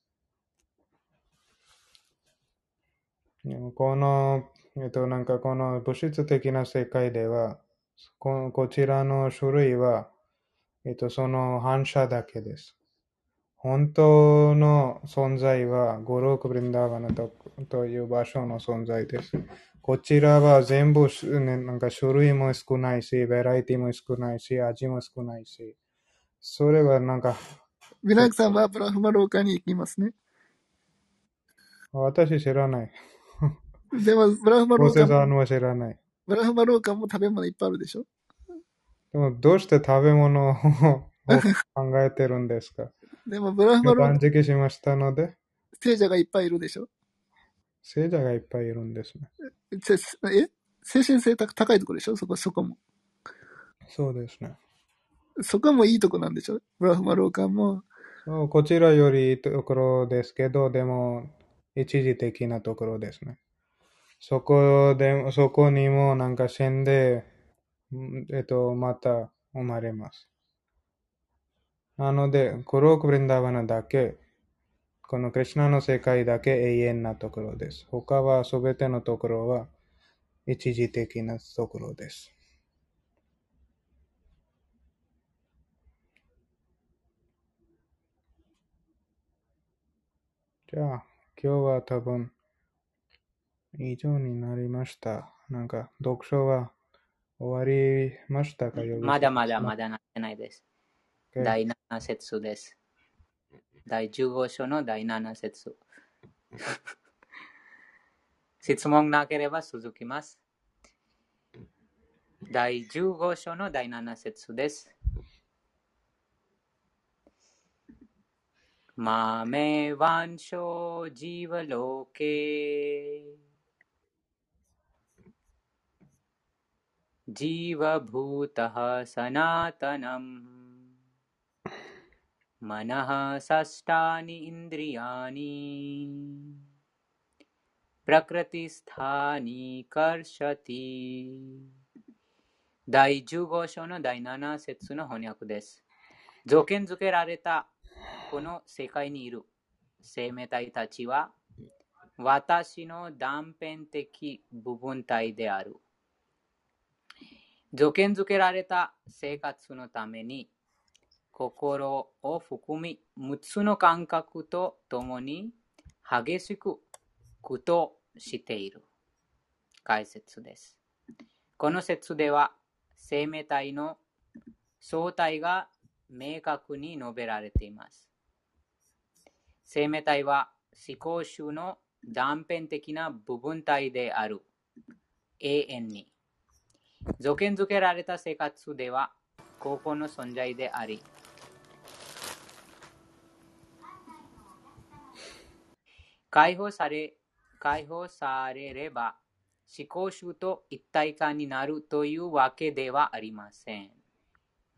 F: でもこの、えっと、なんかこの物質的な世界では、こ, こちらの種類は、えっと、その反射だけです。本当の存在はゴローク・ブリンダーバナとという場所の存在です。こちらは全部、ね、なんか種類も少ないし、ベラエティも少ないし、味も少ないし、それはなんか、
D: ビナークさんはブラフマ廊下に行きますね。
F: 私知らない。
D: でも、ブラフマ
F: 昴
D: 廊下も、
F: 生さんは知らない。
D: ブラフマ廊下も食べ物いっぱいあるでしょ。
F: でもどうして食べ物を考えてるんですか？
D: でも、ブラフマ廊下、
F: 断食しましたので、
D: 聖者がいっぱいいるでしょ。
F: 聖者がいっぱいいるんですね。
D: え精神性高いところでしょ、そこ、そこも。
F: そうですね。
D: そこもいいとこなんでしょ、ブラフマ廊下も。
F: そう、こちらよりいいところですけど、でも、一時的なところですね。そこで、そこにもなんか死んで、えっと、また生まれます。なので、ゴローク・ブリンダーバナだけ、このクリシュナの世界だけ永遠なところです。他はすべてのところは一時的なところです。じゃあ、今日は多分以上になりました。なんか、読書は終わりましたか？
A: まだまだまだなってないです。
F: Okay.
A: だいなな節です。だいじゅうご章のだいなな節。質問なければ続きます。だいじゅうご章のだいなな節です。マメワンショジーヴァローケジーヴァブータハサナタナムマナハサスタニインドリヤニプラクラティスタニカルシャティ。だいじゅうご章のだいなな節の翻訳です。条件付けられたこの世界にいる生命体たちは私の断片的部分体である。条件付けられた生活のために心を含みむっつの感覚とともに激しく苦闘している。解説です。この説では生命体の相対が明確に述べられています。生命体は思考集の断片的な部分体である。永遠に。条件付けられた生活では個々の存在であり、解放され、解放されれば思考集と一体化になるというわけではありません。うん、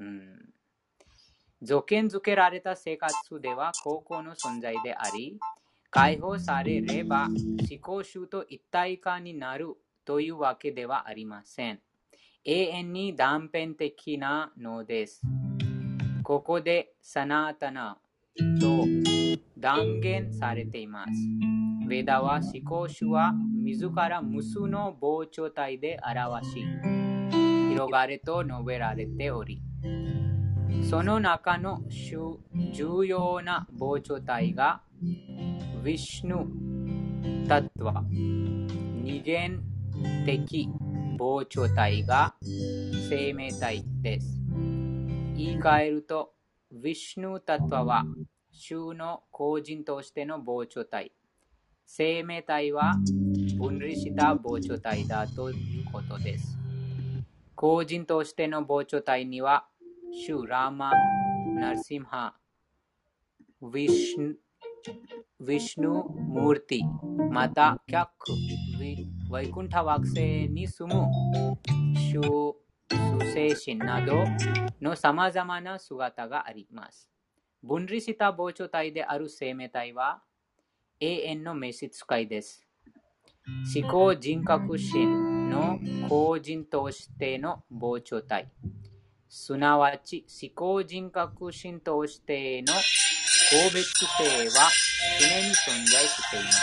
A: 条件付けられた生活では個々の存在であり、解放されれば思考集と一体化になるというわけではありません。永遠に断片的なのです。ここでサナータナと断言されています。ヴェダは思考集は自ら無数の膨張体で表し、広がれと述べられており、その中の重要な膨張体がヴィシュヌタトヴァ、二元的膨張体が生命体です。言い換えると、ヴィシュヌタトヴァは衆の個人としての膨張体、生命体は分離した膨張体だということです。個人としての膨張体にはシュラーマ、ナルシムハ、ヴィシュ、ヴィシュヌ・ムーティ、また、キャック、ワイクンタ惑星に住むシュス精神などのさまざまな姿があります。分離した膨張体である生命体は永遠の召使いです。思考人格心の個人としての膨張体、すなわち思考人格心としての個別性は常に存在しています。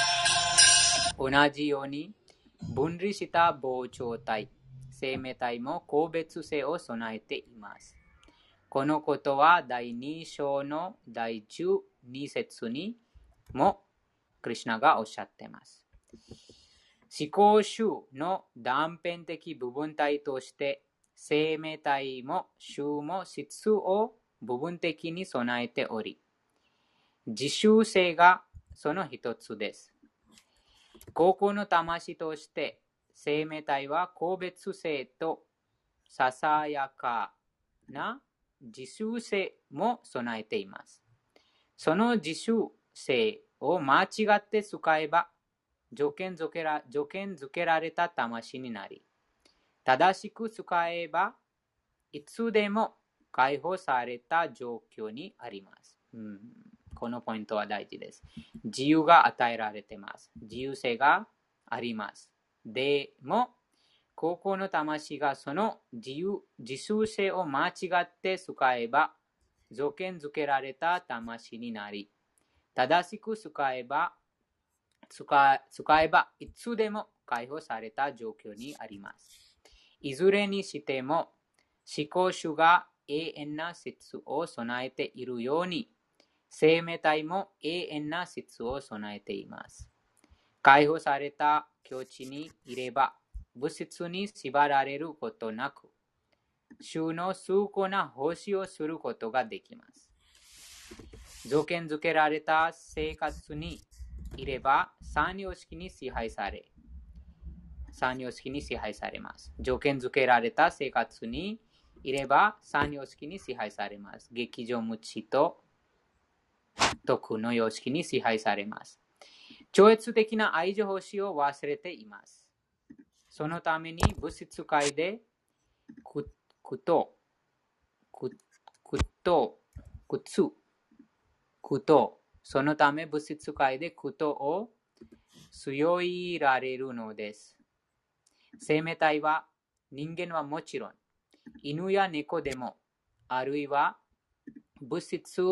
A: 同じように分離した膨張体、生命体も個別性を備えています。このことはだいに章のだいじゅうに節にもクリシュナがおっしゃっています。思考集の断片的部分体として生命体も集も質を部分的に備えており、自習性がその一つです。高校の魂として生命体は個別性とささやかな自習性も備えています。その自習性を間違って使えば条件づけら、条件づけられた魂になり、正しく使えばいつでも解放された状況にあります。うん、このポイントは大事です。自由が与えられています。自由性があります。でも、高校の魂がその自由、自習性を間違って使えば、条件づけられた魂になり、正しく使えば、使え、使えばいつでも解放された状況にあります。いずれにしても、思考主が永遠な質を備えているように、生命体も永遠な質を備えています。解放された境地にいれば、物質に縛られることなく、主の崇高な奉仕をすることができます。条件づけられた生活にいれば、三様式に支配され、三様式に支配されます。条件づけられた生活にいれば、三様式に支配されます。劇場無知と徳の様式に支配されます。超越的な愛情奉仕を忘れています。そのために物質界で苦闘、苦闘、苦痛、苦闘、そのため物質界で苦闘を強いられるのです。生命体は人間はもちろん、犬や猫でも、あるいは物質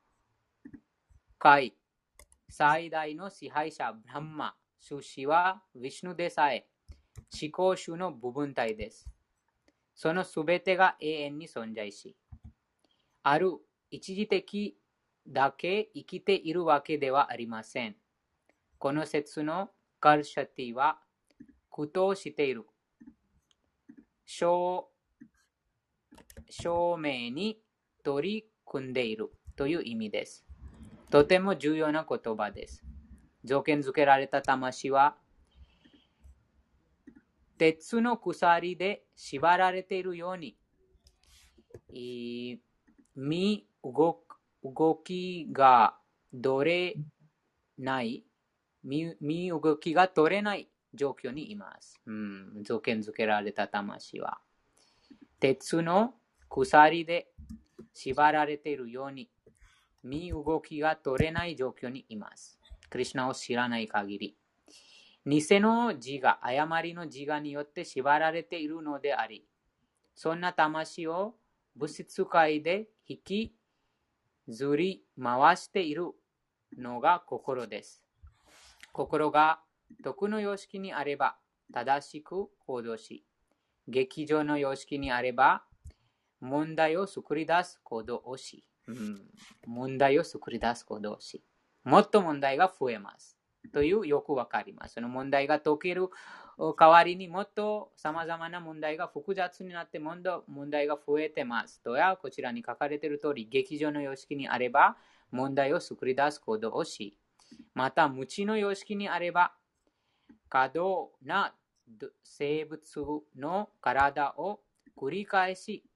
A: 界最大の支配者ブランマ、主子はヴィシュヌでさえ思考主の部分体です。そのすべてが永遠に存在し、ある一時的だけ生きているわけではありません。この説のカルシャティは苦闘している。証明に取り組んでいるという意味です。とても重要な言葉です。条件づけられた魂は鉄の鎖で縛られているように、身動動きが取れない、身身動きが取れない状況にいます。うん、条件づけられた魂は鉄の鎖で縛られているように、身動きが取れない状況にいます。クリシュナを知らない限り、偽の自我、誤りの自我によって縛られているのであり、そんな魂を物質界で引きずり回しているのが心です。心が徳の様式にあれば正しく行動し、劇場の様式にあれば問題を作り出す行動をし、うん、問題を作り出す行動をし、もっと問題が増えますというよくわかります。その問題が解ける代わりにもっと様々な問題が複雑になって問題が増えてますとや、こちらに書かれている通り、劇場の様式にあれば問題を作り出す行動をし、また無知の様式にあれば過度な生物の体を繰り返し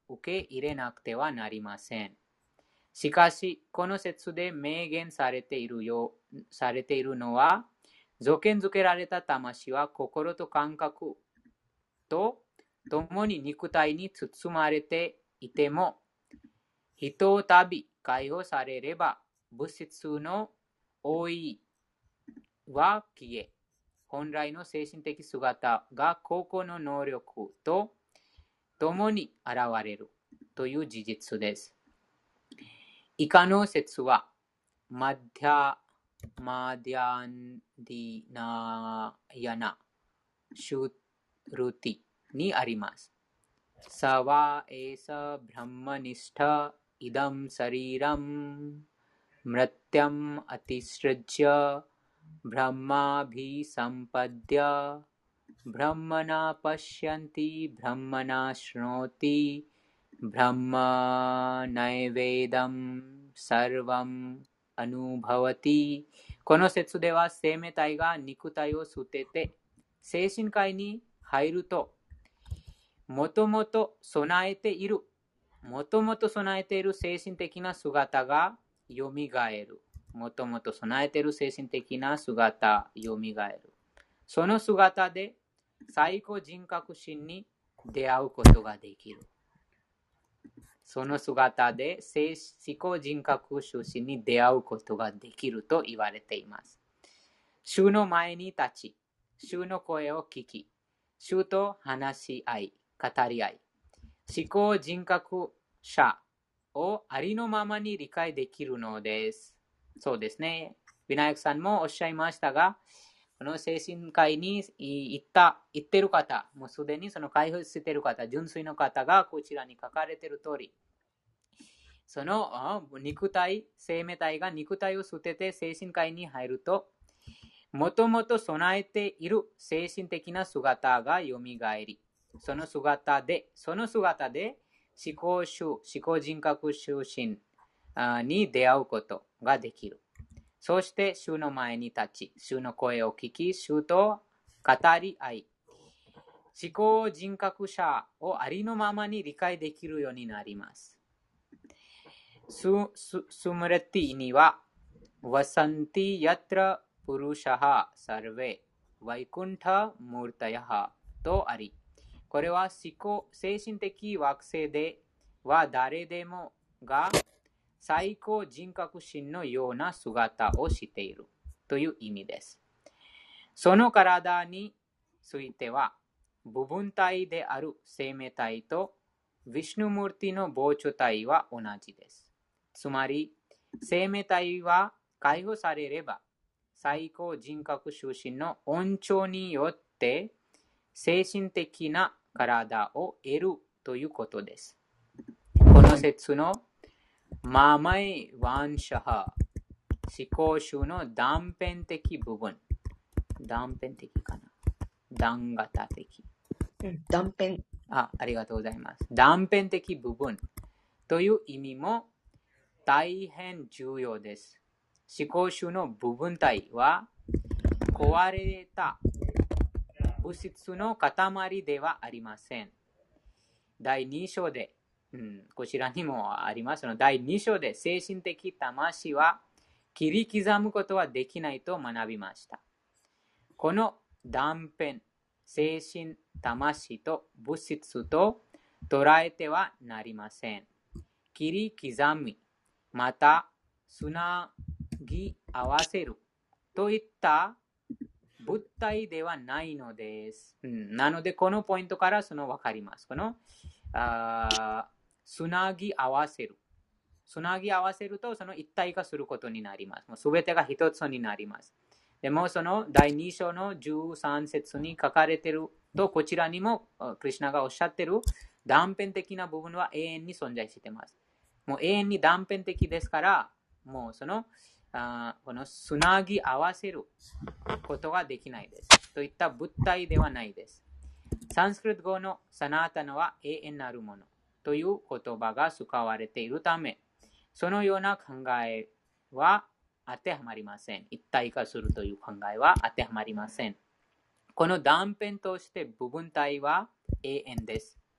A: 受け入れなくてはなりません。しかし、この説で明言されているよう、されているのは、造形づけられた魂は心と感覚と共に肉体に包まれていても、ひとたび解放されれば、物質の覆いは消え、本来の精神的姿が個々の能力と共に現れるという事実です。以下の説は、マッディャ、マディャンディナヤナ、シュルティにあります。サワエサブランマニスタイダムサリラムムラティャムアティスラジャブランマビサンパディャブランマナパシャンティブランマナシュノティブランマナイベダムサルバムアヌバワティ。この説では生命体が肉体を捨てて精神界に入ると、もともと備えている、もともと備えている精神的な姿がよみがえる。もともと備えている精神的な姿、よみがえる。その姿で最高人格心に出会うことができる。その姿で最高人格心に出会うことができると言われています。主の前に立ち、主の声を聞き、主と話し合い、語り合い、思考人格者をありのままに理解できるのです。そうですね。ビナヤクさんもおっしゃいましたが、この精神科医に行った、行っている方、もうすでにその解放している方、純粋の方がこちらに書かれている通り、その肉体、生命体が肉体を捨てて精神科医に入ると、もともと備えている精神的な姿がよみがえり、その姿で、その姿で思考主、思考人格中心に出会うことができる。そして主の前に立ち、主の声を聞き、主と語り合い、思考人格者をありのままに理解できるようになります。ス, ス, スムレティには、ワサンティヤトラプルシャハサルベワイクンタムータヤハとあり、これは思考精神的惑星では誰でもが最高人格心のような姿をしているという意味です。その体については、部分体である生命体とヴィシュヌムーティの膨張体は同じです。つまり、生命体は解放されれば、最高人格中心の恩寵によって精神的な体を得るということです。この説のママイワンシャハ、思考主の断片的部分、断片的かな、断型的、
C: うん、断片。
A: あ、ありがとうございます。断片的部分という意味も大変重要です。思考主の部分体は壊れた物質の塊ではありません。だいに章で、うん、こちらにもありますのだいに章で精神的魂は切り刻むことはできないと学びました。この断片、精神魂と物質と捉えてはなりません。切り刻み、またつなぎ合わせるといった物体ではないのです。うん、なので、このポイントからその分かります。このあつなぎ合わせる。つなぎ合わせると、その一体化することになります。すべてが一つになります。でも、そのだいに章のじゅうさん節に書かれていると、こちらにもクリシュナがおっしゃっている断片的な部分は永遠に存在しています。もう永遠に断片的ですから、もうそのあこのつなぎ合わせることができないです。といった物体ではないです。サンスクリット語のサナータナは永遠なるものという言葉が使われているため、そのような考えは当てはまりません。一体化するという考えは当てはまりません。この断片として部分体は永遠です。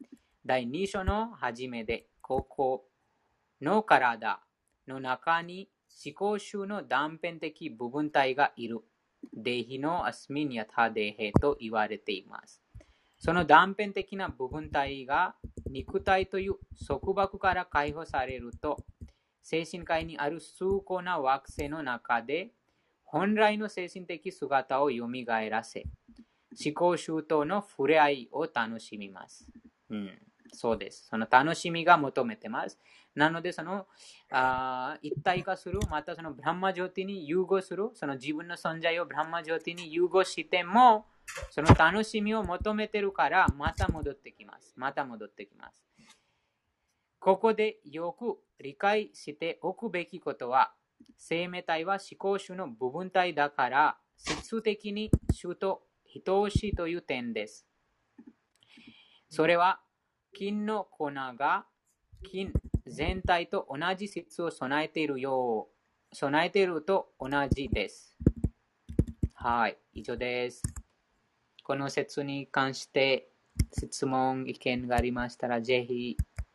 A: だいに章の初めで、ここの体の中に思考集の断片的部分体がいる。デヒのアスミンヤタデヘと言われています。その断片的な部分体が肉体という束縛から解放されると、精神界にある崇高な惑星の中で本来の精神的姿を蘇らせ、思考集との触れ合いを楽しみます。うん、そうです。その楽しみが求めてます。なので、そのあ一体化する、またそのブランマジョティに融合する、その自分の存在をブランマジョティに融合しても、その楽しみを求めてるから、また戻ってきます。また戻ってきます。ここでよく理解しておくべきことは、生命体は思考集の部分体だから、質的に主と等しいという点です。それは、金の粉が金全体と同じ質を備えているよう、備えていると同じです。はい、以上です。この説に関して質問、意見がありましたら、ぜひ。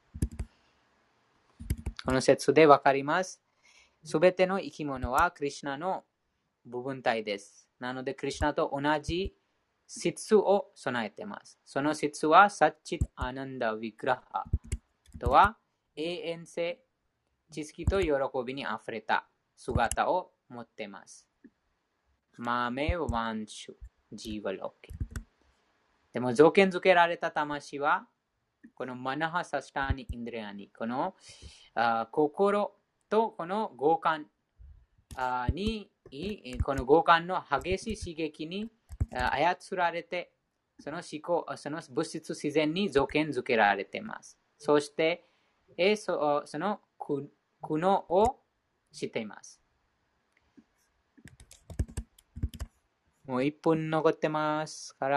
A: この説でわかります。すべての生き物はクリシュナの部分体です。なので、クリシュナと同じ質を備えています。その質は、サッチッアナンダ・ヴィグラハとは、永遠性、知識と喜びにあふれた姿を持っています。マメワンシュ、ジーヴァロケ。でも、条件付けられた魂は、このマナハサスターニ・インドリアニ、このあ心とこの五感あに、この五感の激しい刺激に操られて、その思考、その物質自然に条件付けられています。そして、えそその苦悩をしています。もういっぷん残ってますから、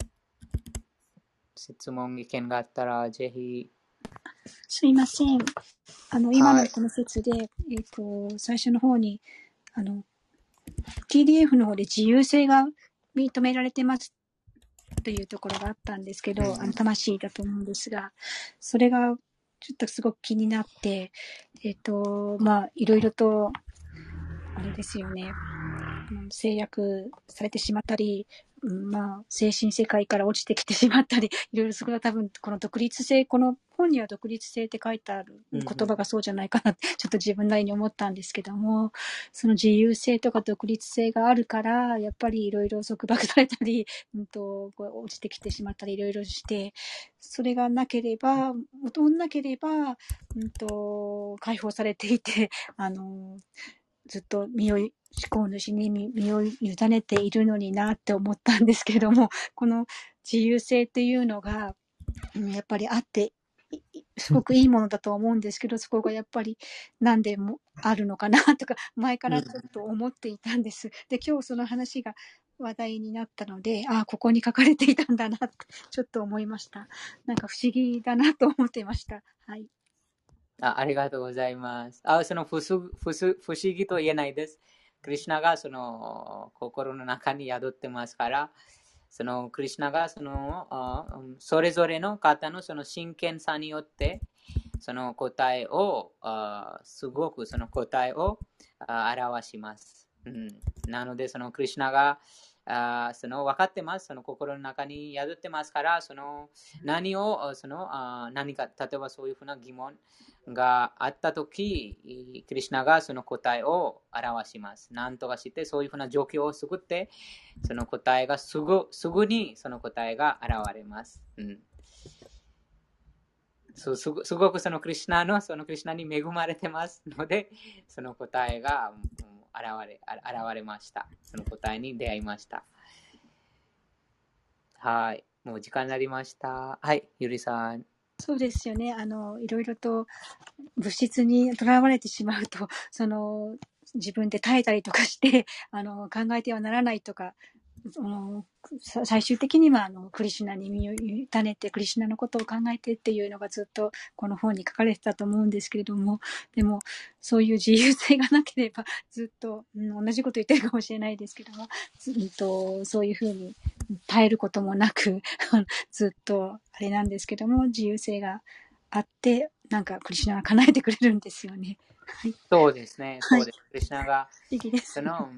A: 質問、意見があったら、ぜひ。
B: すいません。あの、今のこの説で、はい、えっと、最初の方に、あの、ティーディーエフ の方で自由性が認められてますというところがあったんですけど、うん、あの、魂だと思うんですが、それがちょっとすごく気になって、えっと、まあ、いろいろと、あれですよね、制約されてしまったり、まあ、精神世界から落ちてきてしまったり、いろいろそこは多分、この独立性、この本には独立性って書いてある言葉がそうじゃないかなって、ちょっと自分なりに思ったんですけども、その自由性とか独立性があるから、やっぱりいろいろ束縛されたり、うんと、こう落ちてきてしまったり、いろいろして、それがなければ、元々なければ、うんと、解放されていて、あの、ずっと身を、思考主に身を委ねているのになって思ったんですけども、この自由性っていうのが、やっぱりあって、すごくいいものだと思うんですけど、そこがやっぱり何でもあるのかなとか、前からちょっと思っていたんです。で、今日その話が話題になったので、ああ、ここに書かれていたんだなって、ちょっと思いました。なんか不思議だなと思っていました。はい。
A: あ, ありがとうございます。あその 不, 不, 不思議と言えないです。クリシュナがその心の中に宿ってますから、そのクリシュナがそのそれぞれの方のその真剣さによってその答えをすごくその答えを表します。うん、なのでそのクリシュナがあその分かってます。その心の中に宿ってますから、その何をそのあ何か例えばそういうふうな疑問があったとき、クリシュナがその答えを表します。何とかしてそういうふうな状況を作って、その答えがすぐすぐにその答えが現れます。うん、す, す, すごくそのクリシュナのそのクリシュナに恵まれてますので、その答えが現れ、現れました。その答えに出会いました。はい。もう時間になりました。はい。ゆりさん。
B: そうですよね。あの、いろいろと物質にとらわれてしまうと、その、自分で耐えたりとかして、あの、考えてはならないとか、あの最終的にはあのクリシュナに身を委ねてクリシュナのことを考えてっていうのがずっとこの本に書かれてたと思うんですけれども、でもそういう自由性がなければずっと、うん、同じこと言ってるかもしれないですけども、ずっとそういうふうに耐えることもなくずっとあれなんですけども、自由性があって、なんかクリシュナが叶えてくれるんですよね。はい。
A: そうですね。
B: はい。
A: そうです。クリシュナが、
B: 素敵です。
A: その、うん、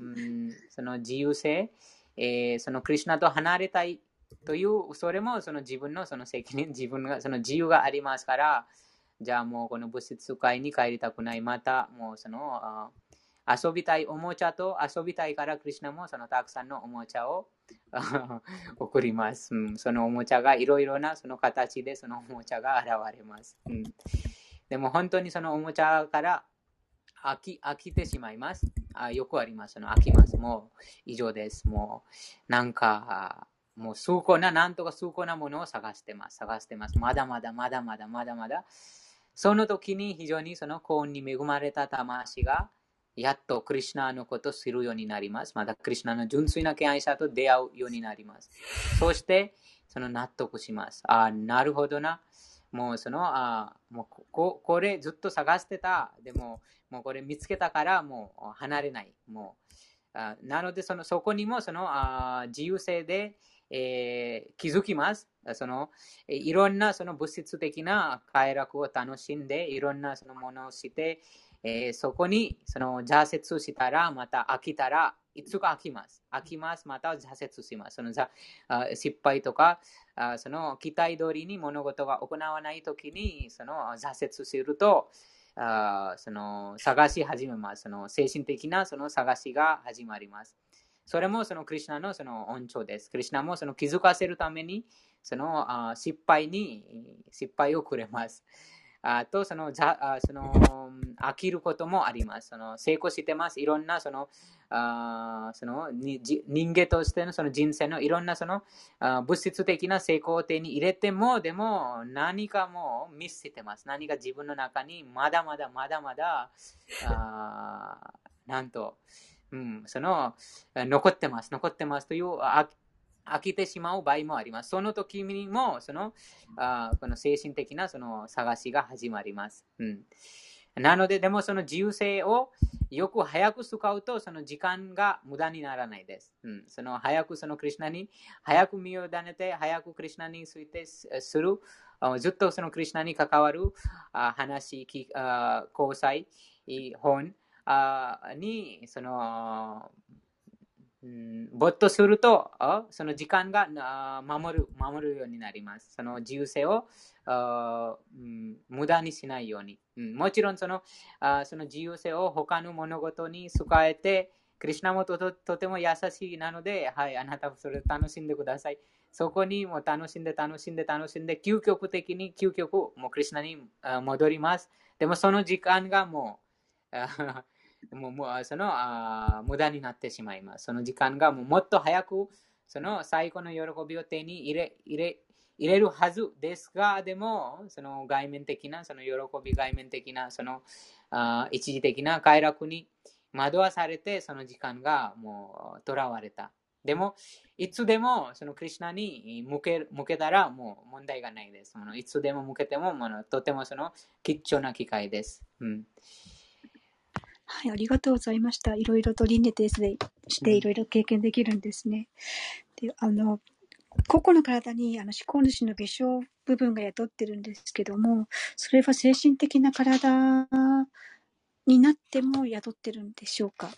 A: その自由性、えーそのクリシュナと離れたいという、それもその自分のその責任、自分がその自由がありますから、じゃあもうこの物質界に帰りたくない。また、もうその、あ遊びたいおもちゃと遊びたいから、クリシュナもそのたくさんのおもちゃをあ送ります。うんそのおもちゃがいろいろなその形でそのおもちゃが現れます。うんでも本当にそのおもちゃから飽き飽きてしまいます。あよくあります。その飽きます。もう以上です。もうなんか、もう崇高な、なんとか崇高なものを探してます。探してます。まだまだまだまだまだまだ。その時に非常にその幸運に恵まれた魂が、やっとクリシュナのことを知るようになります。またクリシュナの純粋な敬愛者と出会うようになります。そして、その納得します。あ、なるほどな。もうその、あもうここれずっと探してた。でも、もうこれ見つけたからもう離れない。もうあなのでその、そこにもそのあ自由性で、えー、気づきます。そのいろんなその物質的な快楽を楽しんで、いろんなそのものをして、えー、そこにその挫折したら、また飽きたら、いつか飽きます。飽きます。また挫折します。そのあ失敗とか、あその期待通りに物事が行わないときに、その挫折すると、あその探し始めます。その精神的なその探しが始まります。それもそのクリシュナのその恩寵です。クリシュナもその気づかせるために、その失敗に失敗をくれます。あとそのざその飽きることもあります。その成功してます。いろんなそのあその人間としてのその人生のいろんなそのあ物質的な成功を手に入れても、でも何かもう見捨ててます。何か自分の中にまだまだまだまだあなんと、うん、その残ってます。残ってますというあ飽きてしまう場合もあります。その時にもそのあこの精神的なその探しが始まります。うん、なので、でもその自由性をよく早く使うと、その時間が無駄にならないです。うん、その早くそのクリシュナに、早く身を委ねて、早くクリシュナについてする、ずっとそのクリシュナに関わる話、交際、本に、その、うん、没頭すると、その時間が守る、守るようになります。その自由性を、うん、無駄にしないように。うん、もちろんその、その自由性を他の物事に使えて、クリシュナも と, と, とても優しいなので、はい、あなたもそれを楽しんでください。そこにも楽しんで楽しんで楽しんで、究極的に究極、もうクリシュナに戻ります。でもその時間がもう、もうもうそのあ無駄になってしまいます。その時間がもうもっと早くその最高の喜びを手に入れ入れ入れるはずですが、でもその外面的なその喜び、外面的なそのあ一時的な快楽に惑わされて、その時間がもう囚われた。でもいつでもそのクリシュナに向け向けたらもう問題がないです。いつでも向けてもとてもその貴重な機会です。うん
B: はい、ありがとうございました。いろいろと輪廻転生していろいろ経験できるんですね。うん、で、あの、個々の体にあの思考主の月照部分が宿ってるんですけども、それは精神的な体になっても宿ってるんでしょうか？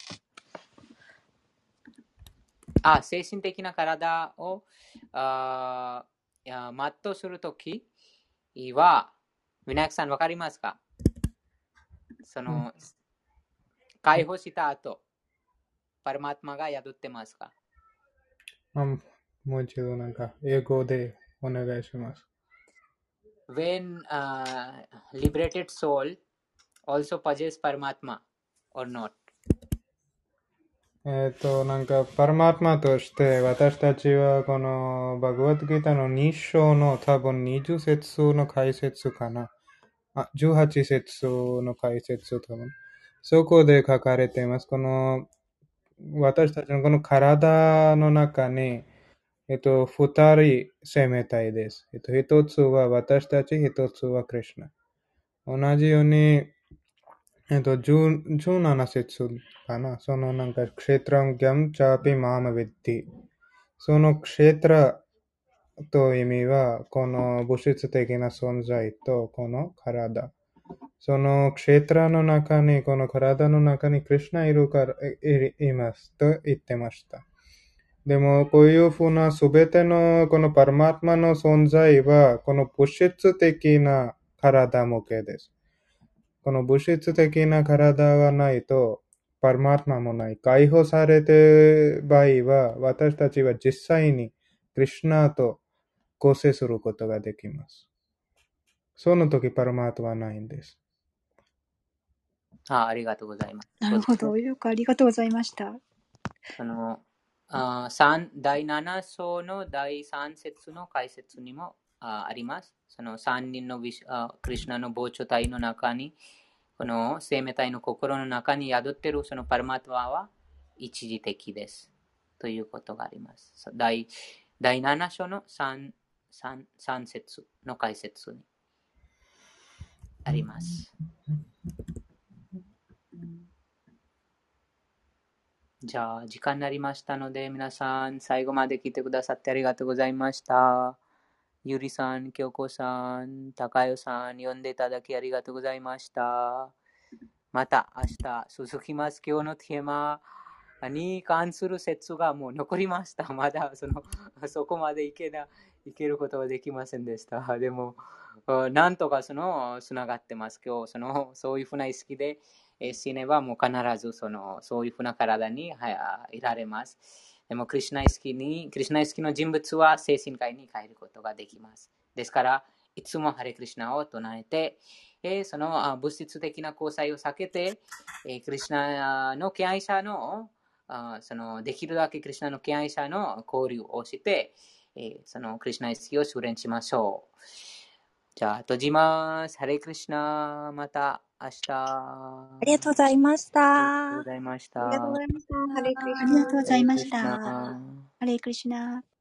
A: あ、精神的な体をあ全うするときは、ミナクさんわかりますか？その、うん、解放した後、パラマートマが宿ってますか？
F: うん、もう一度なんか英語でお願いします。
A: When、uh, liberated soul also possess Paramatma or not?
F: えっと、なんかパラマートマとして私たちはこのバグワッドギータのに章の多分にじゅう節の解説かな。あ、じゅうはち節の解説多分。そこで書かれています。この私たちのこの体の中に、えっと、二人生命体です。えっと、一つは私たち、一つはクリシュナ。同じように、えっと、じゅうなな節かな。そのなんか、クシェトランギャムチャーピマーマヴィッティ。 そのクシェトラという意味は、この物質的な存在とこの体。そのクシェトラの中に、この体の中にクリシュナいるから、い、いますと言ってました。でも、こういうふうなすべてのこのパラマートマの存在は、この物質的な体向けです。この物質的な体がないと、パラマートマもない。解放されている場合は、私たちは実際にクリシュナと構成することができます。その時パラマートはないんです。
A: あ、ありがとうございます。
B: なるほど。よくありがとうございました。
A: そのあ三だいなな章のだいさん節の解説にも あ, あります。そのさんにんのビシあクリシュナの膨張体の中に、この生命体の心の中に宿っているそのパラマトマは一時的です。ということがあります。だいなな章の 3, 3, 3節の解説にあります。じゃあ、時間になりましたので、皆さん、最後まで聞いてくださってありがとうございました。ゆりさん、京子さん、高代さん、読んでいただきありがとうございました。また明日、続きます。今日のテーマに関する説がもう残りました。まだそのそこまでいけな、いけることはできませんでした。でも、なんとかそのつながってます。今日、そのそういうふうな意識で死ねばもう必ずそのそういうふうな体にいられます。でもクリシュナ意識に、クリシュナ意識の人物は精神界に帰ることができます。ですから、いつもハレクリシュナを唱えて、えー、その物質的な交際を避けて、えー、クリシュナの敬愛者の、あそのできるだけクリシュナの敬愛者の交流をして、えー、そのクリシュナ意識を修練しましょう。じゃあ、閉じます。ハレクリシュナ、また明日。
E: ありがとうございまし
A: ありがとうご
E: た。
A: ざいまし
C: ありがとうご
A: た。
C: ざいました。ハレクリシ
B: ありがとうご
C: ナ。
B: ざいまし
A: ハレクリシ
B: た。
A: ナ。
B: ハレクリシュナ。